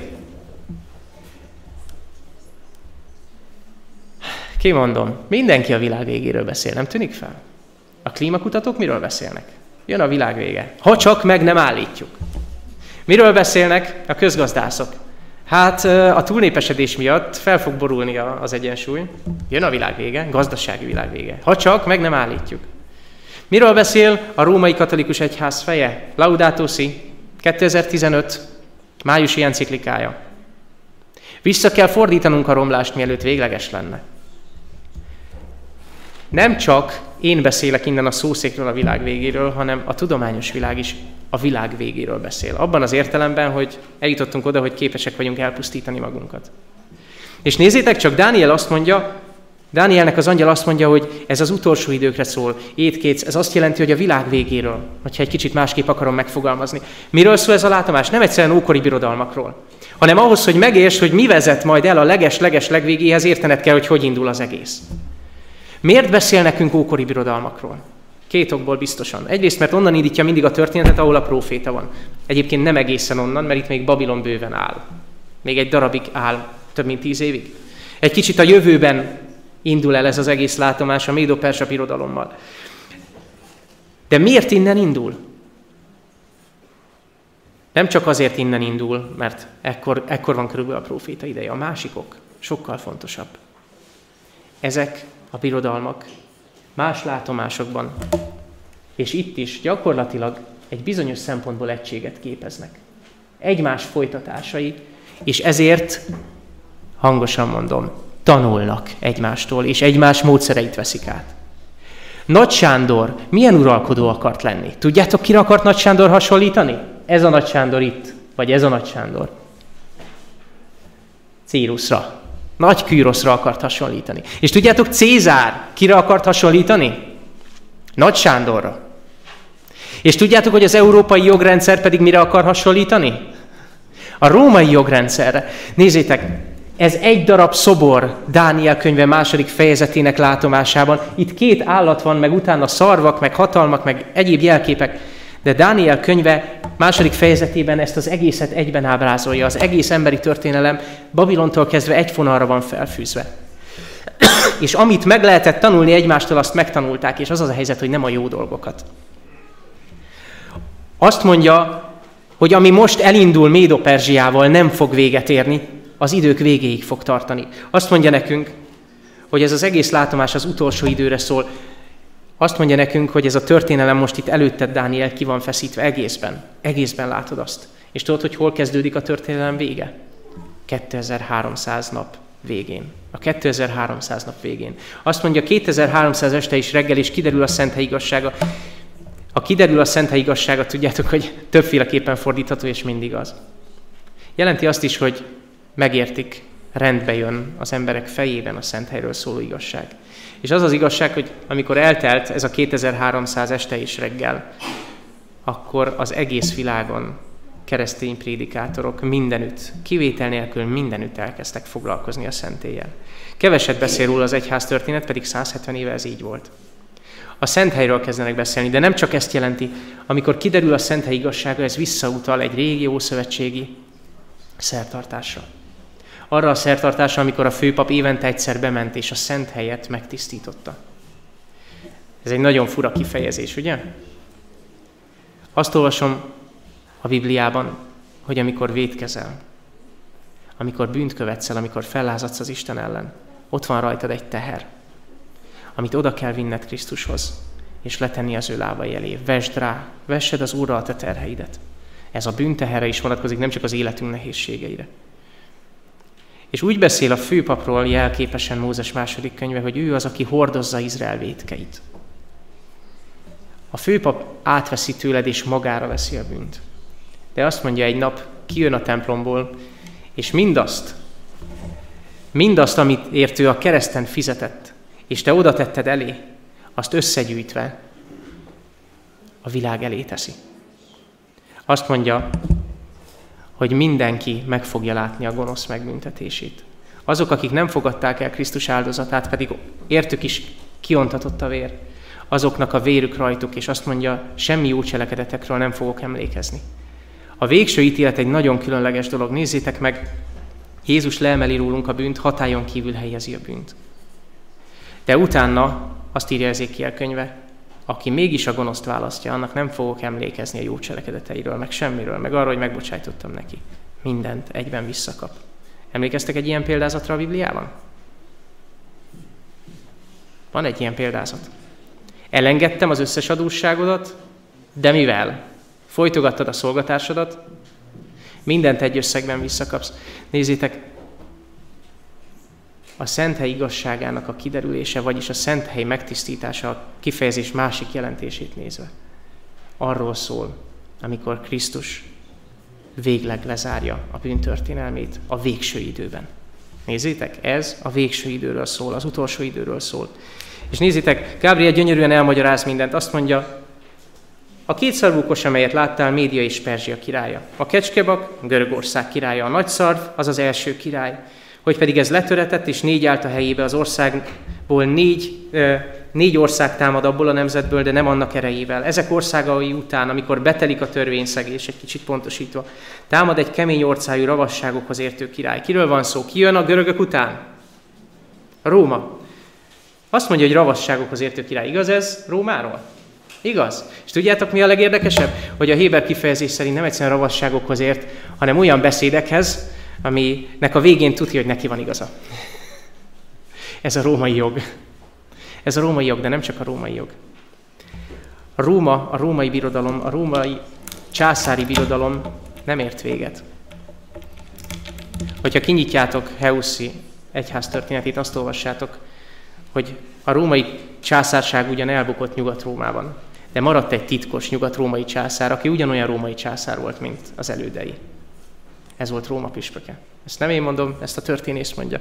Kimondom, mindenki a világ végéről beszél, nem tűnik fel? A klímakutatók miről beszélnek? Jön a világ vége. Ha csak meg nem állítjuk. Miről beszélnek a közgazdászok? Hát a túlnépesedés miatt fel fog borulni az egyensúly. Jön a világ vége, gazdasági világ vége. Ha csak meg nem állítjuk. Miről beszél a római katolikus egyház feje? Laudato Si, kétezer-tizenöt, májusi enciklikája. Vissza kell fordítanunk a romlást, mielőtt végleges lenne. Nem csak én beszélek innen a szószékről a világ végéről, hanem a tudományos világ is a világ végéről beszél. Abban az értelemben, hogy eljutottunk oda, hogy képesek vagyunk elpusztítani magunkat. És nézzétek csak, Dániel azt mondja, Dánielnek az angyal azt mondja, hogy ez az utolsó időkre szól. Étkétsz, ez azt jelenti, hogy a világ végéről, hogyha egy kicsit másképp akarom megfogalmazni. Miről szól ez a látomás? Nem egyszerűen ókori birodalmakról, hanem ahhoz, hogy megértsd, hogy mi vezet majd el a leges-leges legvégéhez, értened kell, hogy hogy indul az egész. Miért beszél nekünk ókori birodalmakról? Két okból biztosan. Egyrészt, mert onnan indítja mindig a történetet, ahol a próféta van. Egyébként nem egészen onnan, mert itt még Babilon bőven áll. Még egy darabig áll, több mint tíz évig. Egy kicsit a jövőben indul el ez az egész látomás a Médo-Perzsa birodalommal. De miért innen indul? Nem csak azért innen indul, mert ekkor, ekkor van körülbelül a próféta ideje. A másikok sokkal fontosabb. Ezek a birodalmak más látomásokban, és itt is gyakorlatilag egy bizonyos szempontból egységet képeznek. Egymás folytatásai, és ezért, hangosan mondom, tanulnak egymástól, és egymás módszereit veszik át. Nagy Sándor milyen uralkodó akart lenni? Tudjátok, kire akart Nagy Sándor hasonlítani? Ez a Nagy Sándor itt, vagy ez a Nagy Sándor. Círuszra. Nagy Kűroszra akart hasonlítani. És tudjátok, Cézár kire akart hasonlítani? Nagy Sándorra. És tudjátok, hogy az európai jogrendszer pedig mire akar hasonlítani? A római jogrendszerre. Nézzétek, ez egy darab szobor Dániel könyve második fejezetének látomásában. Itt két állat van, meg utána szarvak, meg hatalmak, meg egyéb jelképek. De Dániel könyve második fejezetében ezt az egészet egyben ábrázolja. Az egész emberi történelem Babilontól kezdve egy fonalra van felfűzve. És amit meg lehetett tanulni egymástól, azt megtanulták, és az az a helyzet, hogy nem a jó dolgokat. Azt mondja, hogy ami most elindul Médo-Perzsiával, nem fog véget érni, az idők végéig fog tartani. Azt mondja nekünk, hogy ez az egész látomás az utolsó időre szól. Azt mondja nekünk, hogy ez a történelem most itt előtted, Dániel, ki van feszítve egészben. Egészben látod azt. És tudod, hogy hol kezdődik a történelem vége? kétezer-háromszáz nap végén. A kétezer-háromszáz nap végén. Azt mondja, kétezer-háromszáz este is reggel, és kiderül a Szenthely igazsága. A kiderül a Szenthely igazsága, tudjátok, hogy többféleképpen fordítható, és mindig az. Jelenti azt is, hogy megértik, rendbe jön az emberek fejében a Szenthelyről szóló igazság. És az az igazság, hogy amikor eltelt ez a kétezer-háromszáz este és reggel, akkor az egész világon keresztény prédikátorok mindenütt, kivétel nélkül mindenütt elkezdtek foglalkozni a szentéllyel. Keveset beszél róla az egyház történet, pedig száz hetven éve ez így volt. A Szenthelyről kezdenek beszélni, de nem csak ezt jelenti. Amikor kiderül a Szenthely igazsága, ez visszautal egy régi ószövetségi szertartásra. Arra a szertartásra, amikor a főpap évente egyszer bement, és a szent helyet megtisztította. Ez egy nagyon fura kifejezés, ugye? Azt olvasom a Bibliában, hogy amikor vétkezel, amikor bűnt követsz el, amikor fellázadsz az Isten ellen, ott van rajtad egy teher, amit oda kell vinned Krisztushoz, és letenni az ő lábai elé. Vesd rá, vessed az Úrra a te terheidet. Ez a bűnteherre is vonatkozik, nem csak az életünk nehézségeire. És úgy beszél a főpapról jelképesen Mózes második könyve, hogy ő az, aki hordozza Izrael vétkeit. A főpap átveszi tőled, és magára veszi a bűnt. De azt mondja, egy nap kijön a templomból, és mindazt, mindazt, amit értő a kereszten fizetett, és te oda tetted elé, azt összegyűjtve a világ elé teszi. Azt mondja, hogy mindenki meg fogja látni a gonosz megbüntetését. Azok, akik nem fogadták el Krisztus áldozatát, pedig értük is kiontatott a vér, azoknak a vérük rajtuk, és azt mondja, semmi jó cselekedetekről nem fogok emlékezni. A végső ítélet egy nagyon különleges dolog. Nézzétek meg, Jézus leemeli rólunk a bűnt, hatályon kívül helyezi a bűnt. De utána azt írja Ezékiel könyve, aki mégis a gonoszt választja, annak nem fogok emlékezni a jó cselekedeteiről, meg semmiről, meg arról, hogy megbocsájtottam neki. Mindent egyben visszakap. Emlékeztek egy ilyen példázatra a Bibliában? Van egy ilyen példázat. Elengedtem az összes adósságodat, de mivel? Folytogattad a szolgatásodat, mindent egy összegben visszakapsz. Nézzétek, a szenthely igazságának a kiderülése, vagyis a szenthely megtisztítása, a kifejezés másik jelentését nézve, arról szól, amikor Krisztus végleg lezárja a bűntörténelmét a végső időben. Nézzétek, ez a végső időről szól, az utolsó időről szól. És nézzétek, Gábriel gyönyörűen elmagyaráz mindent, azt mondja, a kétszarvú kos, amelyet láttál, Média és Perzsia királya. A kecskebak, Görögország királya. A nagyszarv, az az első király. Hogy pedig ez letöretett, és négy állt a helyébe, az országból négy, négy ország támad abból a nemzetből, de nem annak erejével. Ezek országai után, amikor betelik a törvényszegés, egy kicsit pontosítva, támad egy kemény orcájú ravasságokhoz értő király. Kiről van szó? Ki jön a görögök után? Róma. Azt mondja, hogy ravasságokhoz értő király. Igaz ez Rómáról? Igaz? És tudjátok, mi a legérdekesebb? Hogy a héber kifejezés szerint nem egyszerűen ravasságokhoz ért, hanem olyan beszédekhez, aminek a végén tudja, hogy neki van igaza. Ez a római jog. Ez a római jog, de nem csak a római jog. A Róma, a római birodalom, a római császári birodalom nem ért véget. Hogyha kinyitjátok Heuszi egyház történetét, azt olvassátok, hogy a római császárság ugyan elbukott Nyugat-Rómában, de maradt egy titkos nyugat-római császár, aki ugyanolyan római császár volt, mint az elődei. Ez volt Róma püspöke. Ezt nem én mondom, ezt a történész mondja.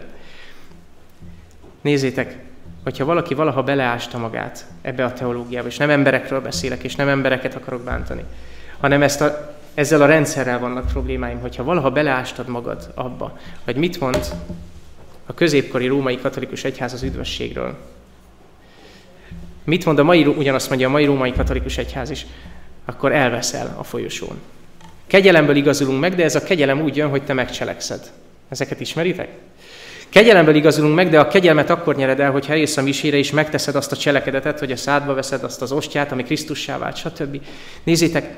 Nézzétek, hogyha valaki valaha beleásta magát ebbe a teológiába, és nem emberekről beszélek, és nem embereket akarok bántani, hanem ezt a, ezzel a rendszerrel vannak problémáim, hogyha valaha beleástad magad abba, hogy mit mond a középkori római katolikus egyház az üdvösségről. Mit mond a mai, ugyanazt mondja a mai római katolikus egyház is, akkor elveszel a folyosón. Kegyelemből igazulunk meg, de ez a kegyelem úgy jön, hogy te megcselekszed. Ezeket ismeritek? Kegyelemből igazulunk meg, de a kegyelmet akkor nyered el, hogyha eljössz a misére és megteszed azt a cselekedetet, hogy a szádba veszed azt az ostját, ami Krisztussá vált, stb. Nézzétek,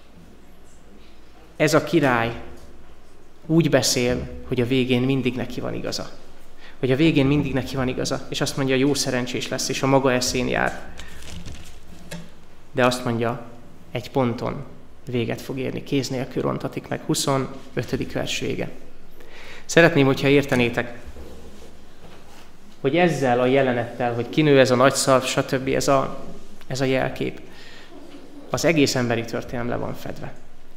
ez a király úgy beszél, hogy a végén mindig neki van igaza. Hogy a végén mindig neki van igaza, és azt mondja, jó szerencsés lesz, és a maga eszén jár. De azt mondja, egy ponton véget fog érni, kéz nélkül rontatik meg. huszonötödik vers vége. Szeretném, hogyha értenétek, hogy ezzel a jelenettel, hogy kinő ez a nagy szarv, stb., ez a, ez a jelkép, az egész emberi történelem le van fedve.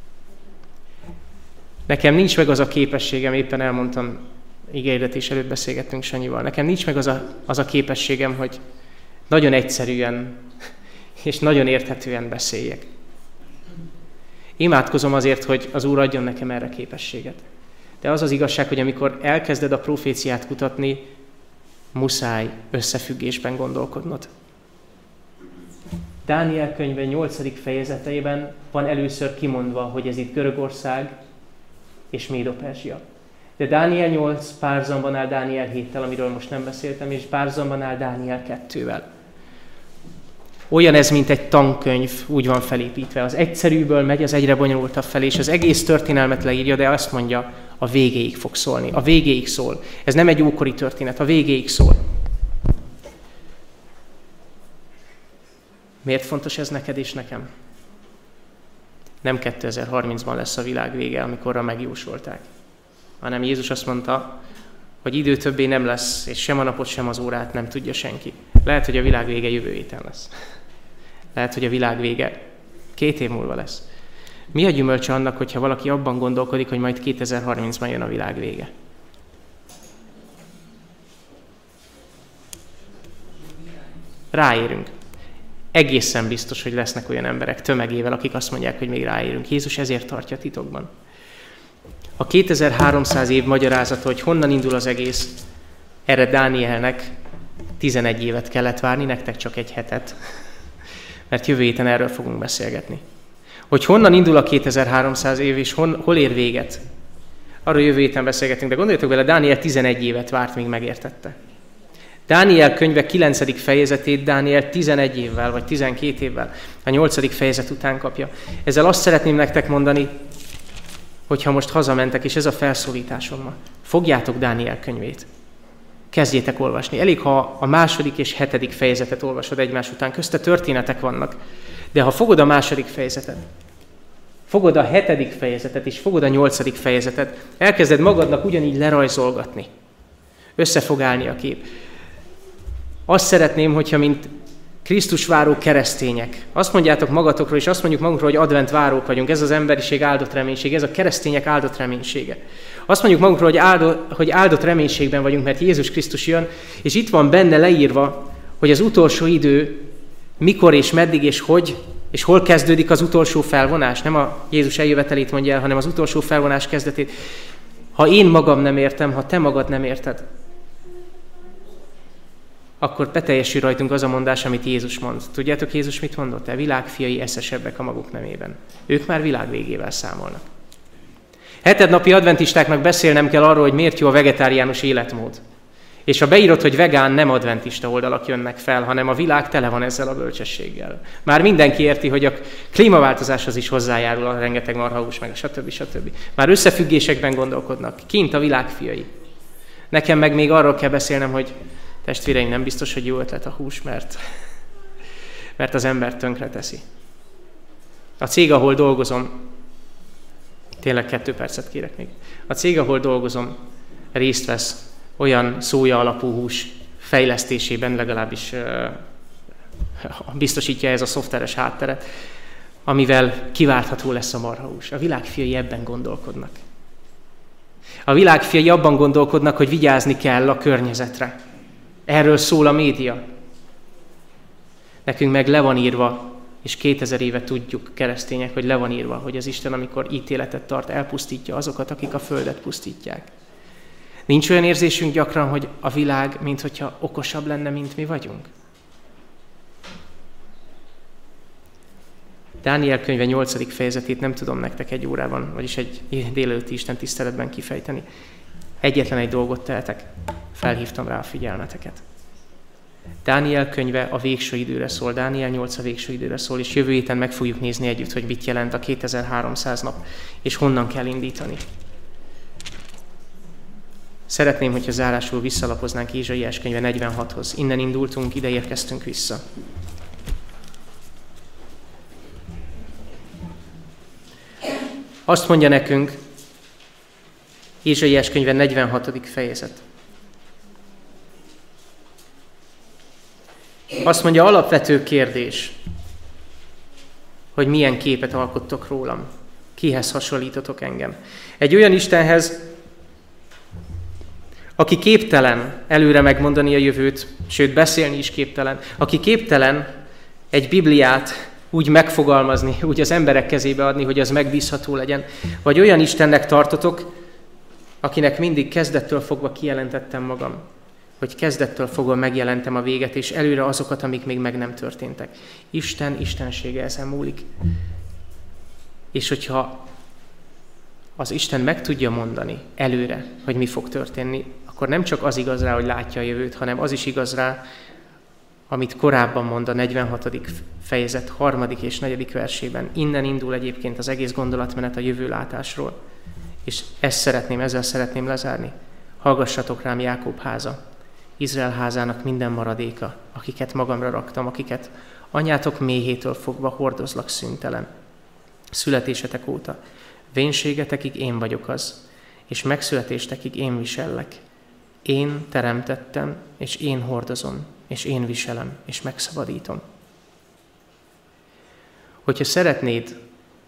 Nekem nincs meg az a képességem, éppen elmondtam, igényletés előtt beszélgettünk Sanyival, nekem nincs meg az a, az a képességem, hogy nagyon egyszerűen és nagyon érthetően beszéljek. Imádkozom azért, hogy az Úr adjon nekem erre képességet. De az az igazság, hogy amikor elkezded a proféciát kutatni, muszáj összefüggésben gondolkodnod. Dániel könyve nyolcadik fejezeteiben van először kimondva, hogy ez itt Görögország és Médo-Perzsia. De Dániel nyolc párzamban áll Dániel héttel, amiről most nem beszéltem, és párzamban áll Dániel kettővel. Olyan ez, mint egy tankönyv, úgy van felépítve. Az egyszerűből megy az egyre bonyolultabb felé, és az egész történelmet leírja, de azt mondja, a végéig fog szólni. A végéig szól. Ez nem egy ókori történet, a végéig szól. Miért fontos ez neked és nekem? Nem kétezer-harmincban lesz a világ vége, amikorra megjósolták, hanem Jézus azt mondta, hogy idő többé nem lesz, és sem a napot, sem az órát nem tudja senki. Lehet, hogy a világ vége jövő héten lesz. Lehet, hogy a világ vége két év múlva lesz. Mi a gyümölcse annak, hogyha valaki abban gondolkodik, hogy majd kétezer-harmincban jön a világ vége? Ráérünk. Egészen biztos, hogy lesznek olyan emberek tömegével, akik azt mondják, hogy még ráérünk. Jézus ezért tartja titokban. A kétezer-háromszáz év magyarázata, hogy honnan indul az egész, erre Dánielnek tizenegy évet kellett várni, nektek csak egy hetet. Mert jövő héten erről fogunk beszélgetni. Hogy honnan indul a kétezer-háromszáz év, és hon, hol ér véget. Arról jövő héten beszélgetünk, de gondoljatok vele, Dániel tizenegy évet várt, míg megértette. Dániel könyve kilencedik fejezetét Dániel tizenegy évvel, vagy tizenkét évvel a nyolcadik fejezet után kapja. Ezzel azt szeretném nektek mondani, hogyha most hazamentek, és ez a felszólításom ma, fogjátok Dániel könyvét. Kezdjétek olvasni. Elég, ha a második és hetedik fejezetet olvasod egymás után, közte történetek vannak. De ha fogod a második fejezetet, fogod a hetedik fejezetet, és fogod a nyolcadik fejezetet, elkezded magadnak ugyanígy lerajzolgatni. Össze fog állni a kép. Azt szeretném, hogyha mint Krisztus váró keresztények, azt mondjátok magatokról, és azt mondjuk magunkról, hogy advent várók vagyunk, ez az emberiség áldott reménység, ez a keresztények áldott reménysége. Azt mondjuk magunkról, hogy áldott, hogy áldott reménységben vagyunk, mert Jézus Krisztus jön, és itt van benne leírva, hogy az utolsó idő mikor és meddig és hogy, és hol kezdődik az utolsó felvonás. Nem a Jézus eljövetelét mondja el, hanem az utolsó felvonás kezdetét. Ha én magam nem értem, ha te magad nem érted, akkor beteljesül rajtunk az a mondás, amit Jézus mond. Tudjátok, Jézus mit mondott? A világ fiai eszesebbek a maguk nemében. Ők már világ végével számolnak. Hetednapi adventistáknak beszélnem kell arról, hogy miért jó a vegetáriánus életmód. És ha beírod, hogy vegán, nem adventista oldalak jönnek fel, hanem a világ tele van ezzel a bölcsességgel. Már mindenki érti, hogy a klímaváltozáshoz is hozzájárul a rengeteg marhahús, meg a stb. stb. Már összefüggésekben gondolkodnak. Kint a világ fiai. Nekem meg még arról kell beszélnem, hogy testvéreim, nem biztos, hogy jó ötlet a hús, mert, mert az ember tönkre teszi. A cég, ahol dolgozom, tényleg kettő percet kérek még. A cég, ahol dolgozom, részt vesz olyan szója alapú hús fejlesztésében, legalábbis uh, biztosítja ez a szoftveres hátteret, amivel kiváltható lesz a marhahús. A világ fiai ebben gondolkodnak. A világ fiai abban gondolkodnak, hogy vigyázni kell a környezetre. Erről szól a média. Nekünk meg le van írva, és kétezer éve tudjuk, keresztények, hogy le van írva, hogy az Isten, amikor ítéletet tart, elpusztítja azokat, akik a földet pusztítják. Nincs olyan érzésünk gyakran, hogy a világ, minthogyha okosabb lenne, mint mi vagyunk? Dániel könyve nyolcadik fejezetét nem tudom nektek egy órában, vagyis egy délelőtti Isten tiszteletben kifejteni. Egyetlen egy dolgot tehetek. Felhívtam rá a figyelmeteket. Dániel könyve a végső időre szól, Dániel nyolc a végső időre szól, és jövő héten meg fogjuk nézni együtt, hogy mit jelent a kétezer-háromszáz nap, és honnan kell indítani. Szeretném, hogyha zárásul visszalapoznánk Ézsaiás könyve negyvenhathoz. Innen indultunk, ide érkeztünk vissza. Azt mondja nekünk Ézsaiás könyve negyvenhatodik fejezet. Azt mondja, alapvető kérdés, hogy milyen képet alkottok rólam, kihez hasonlítotok engem. Egy olyan Istenhez, aki képtelen előre megmondani a jövőt, sőt beszélni is képtelen, aki képtelen egy Bibliát úgy megfogalmazni, úgy az emberek kezébe adni, hogy az megbízható legyen, vagy olyan Istennek tartotok, akinek mindig kezdettől fogva kijelentettem magam, hogy kezdettől fogva megjelentem a véget, és előre azokat, amik még meg nem történtek. Isten istensége ezen múlik. És hogyha az Isten meg tudja mondani előre, hogy mi fog történni, akkor nem csak az igaz rá, hogy látja a jövőt, hanem az is igaz rá, amit korábban mond a negyvenhatodik fejezet harmadik és negyedik versében. Innen indul egyébként az egész gondolatmenet a jövőlátásról. És ezt szeretném, ezzel szeretném lezárni. Hallgassatok rám, Jákob háza, Izrael házának minden maradéka, akiket magamra raktam, akiket anyátok méhétől fogva hordozlak szüntelen. Születésetek óta, vénségetekig én vagyok az, és megszületéstekig én visellek. Én teremtettem, és én hordozom, és én viselem, és megszabadítom. Hogyha szeretnéd,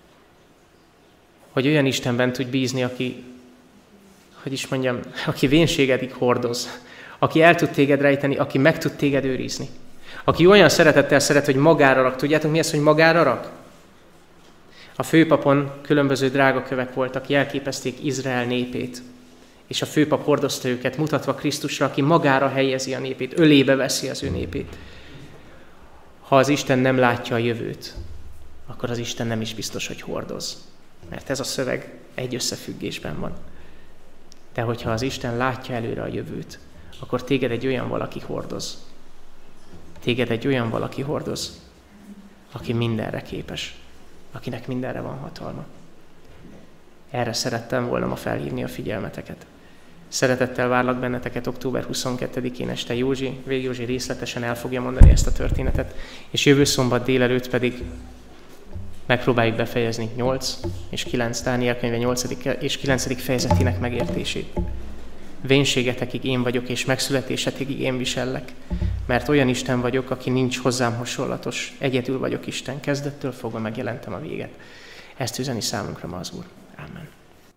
hogy olyan Istenben tudj bízni, aki, hogy is mondjam, aki vénségedig hordoz, aki el tud téged rejteni, aki meg tud téged őrizni, aki olyan szeretettel szeret, hogy magára rak. Tudjátok mi ez, hogy magára rak? A főpapon különböző drágakövek voltak, jelképezték Izrael népét, és a főpap hordozta őket, mutatva Krisztusra, aki magára helyezi a népét, ölébe veszi az ő népét. Ha az Isten nem látja a jövőt, akkor az Isten nem is biztos, hogy hordoz. Mert ez a szöveg egy összefüggésben van. De hogyha az Isten látja előre a jövőt, akkor téged egy olyan valaki hordoz. Téged egy olyan valaki hordoz, aki mindenre képes, akinek mindenre van hatalma. Erre szerettem volna ma felhívni a figyelmeteket. Szeretettel várlak benneteket október huszonkettedikén este. Józsi, Vég Józsi részletesen el fogja mondani ezt a történetet, és jövő szombat délelőtt pedig megpróbáljuk befejezni nyolc és kilenc Dániel könyve nyolcadik és kilencedik fejezetének megértését. Vénségetekig én vagyok, és megszületésetekig én visellek, mert olyan Isten vagyok, aki nincs hozzám hasonlatos. Egyedül vagyok Isten, kezdettől fogva megjelentem a véget. Ezt üzeni számunkra ma az Úr. Amen.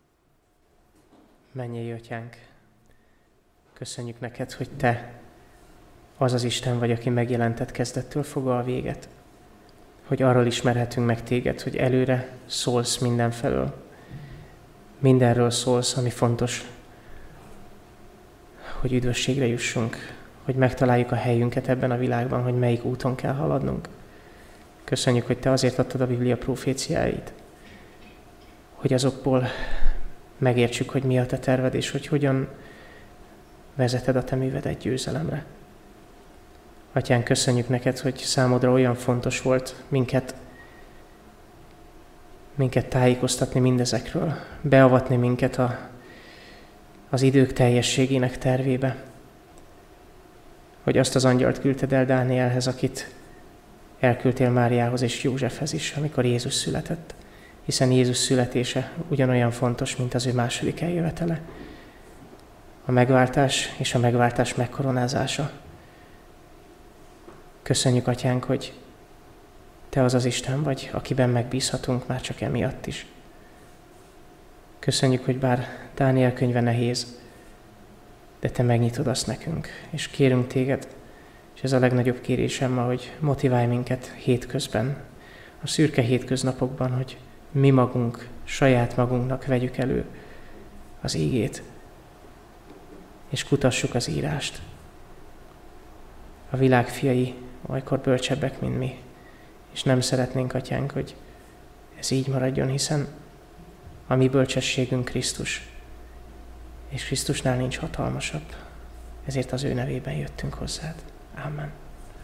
Mennyei Atyánk, köszönjük neked, hogy Te az az Isten vagy, aki megjelentett kezdettől fogva a véget. Hogy arról ismerhetünk meg Téged, hogy előre szólsz mindenfelől. Mindenről szólsz, ami fontos, hogy üdvösségre jussunk, hogy megtaláljuk a helyünket ebben a világban, hogy melyik úton kell haladnunk. Köszönjük, hogy Te azért adtad a Biblia proféciáit, hogy azokból megértsük, hogy mi a Te terved, és hogy hogyan vezeted a Te művedet győzelemre. Atyán, köszönjük neked, hogy számodra olyan fontos volt minket, minket tájékoztatni mindezekről, beavatni minket a, az idők teljességének tervébe, hogy azt az angyalt küldted el Dánielhez, akit elküldtél Máriához és Józsefhez is, amikor Jézus született, hiszen Jézus születése ugyanolyan fontos, mint az ő második eljövetele. A megváltás és a megváltás megkoronázása. Köszönjük, Atyánk, hogy Te az az Isten vagy, akiben megbízhatunk már csak emiatt is. Köszönjük, hogy bár Dániel könyve nehéz, de Te megnyitod azt nekünk, és kérünk Téged, és ez a legnagyobb kérésem ma, hogy motiválj minket hétközben, a szürke hétköznapokban, hogy mi magunk, saját magunknak vegyük elő az ígét, és kutassuk az írást. A világ fiai olykor bölcsebbek, mint mi, és nem szeretnénk, Atyánk, hogy ez így maradjon, hiszen a mi bölcsességünk Krisztus, és Krisztusnál nincs hatalmasabb. Ezért az ő nevében jöttünk hozzád. Amen.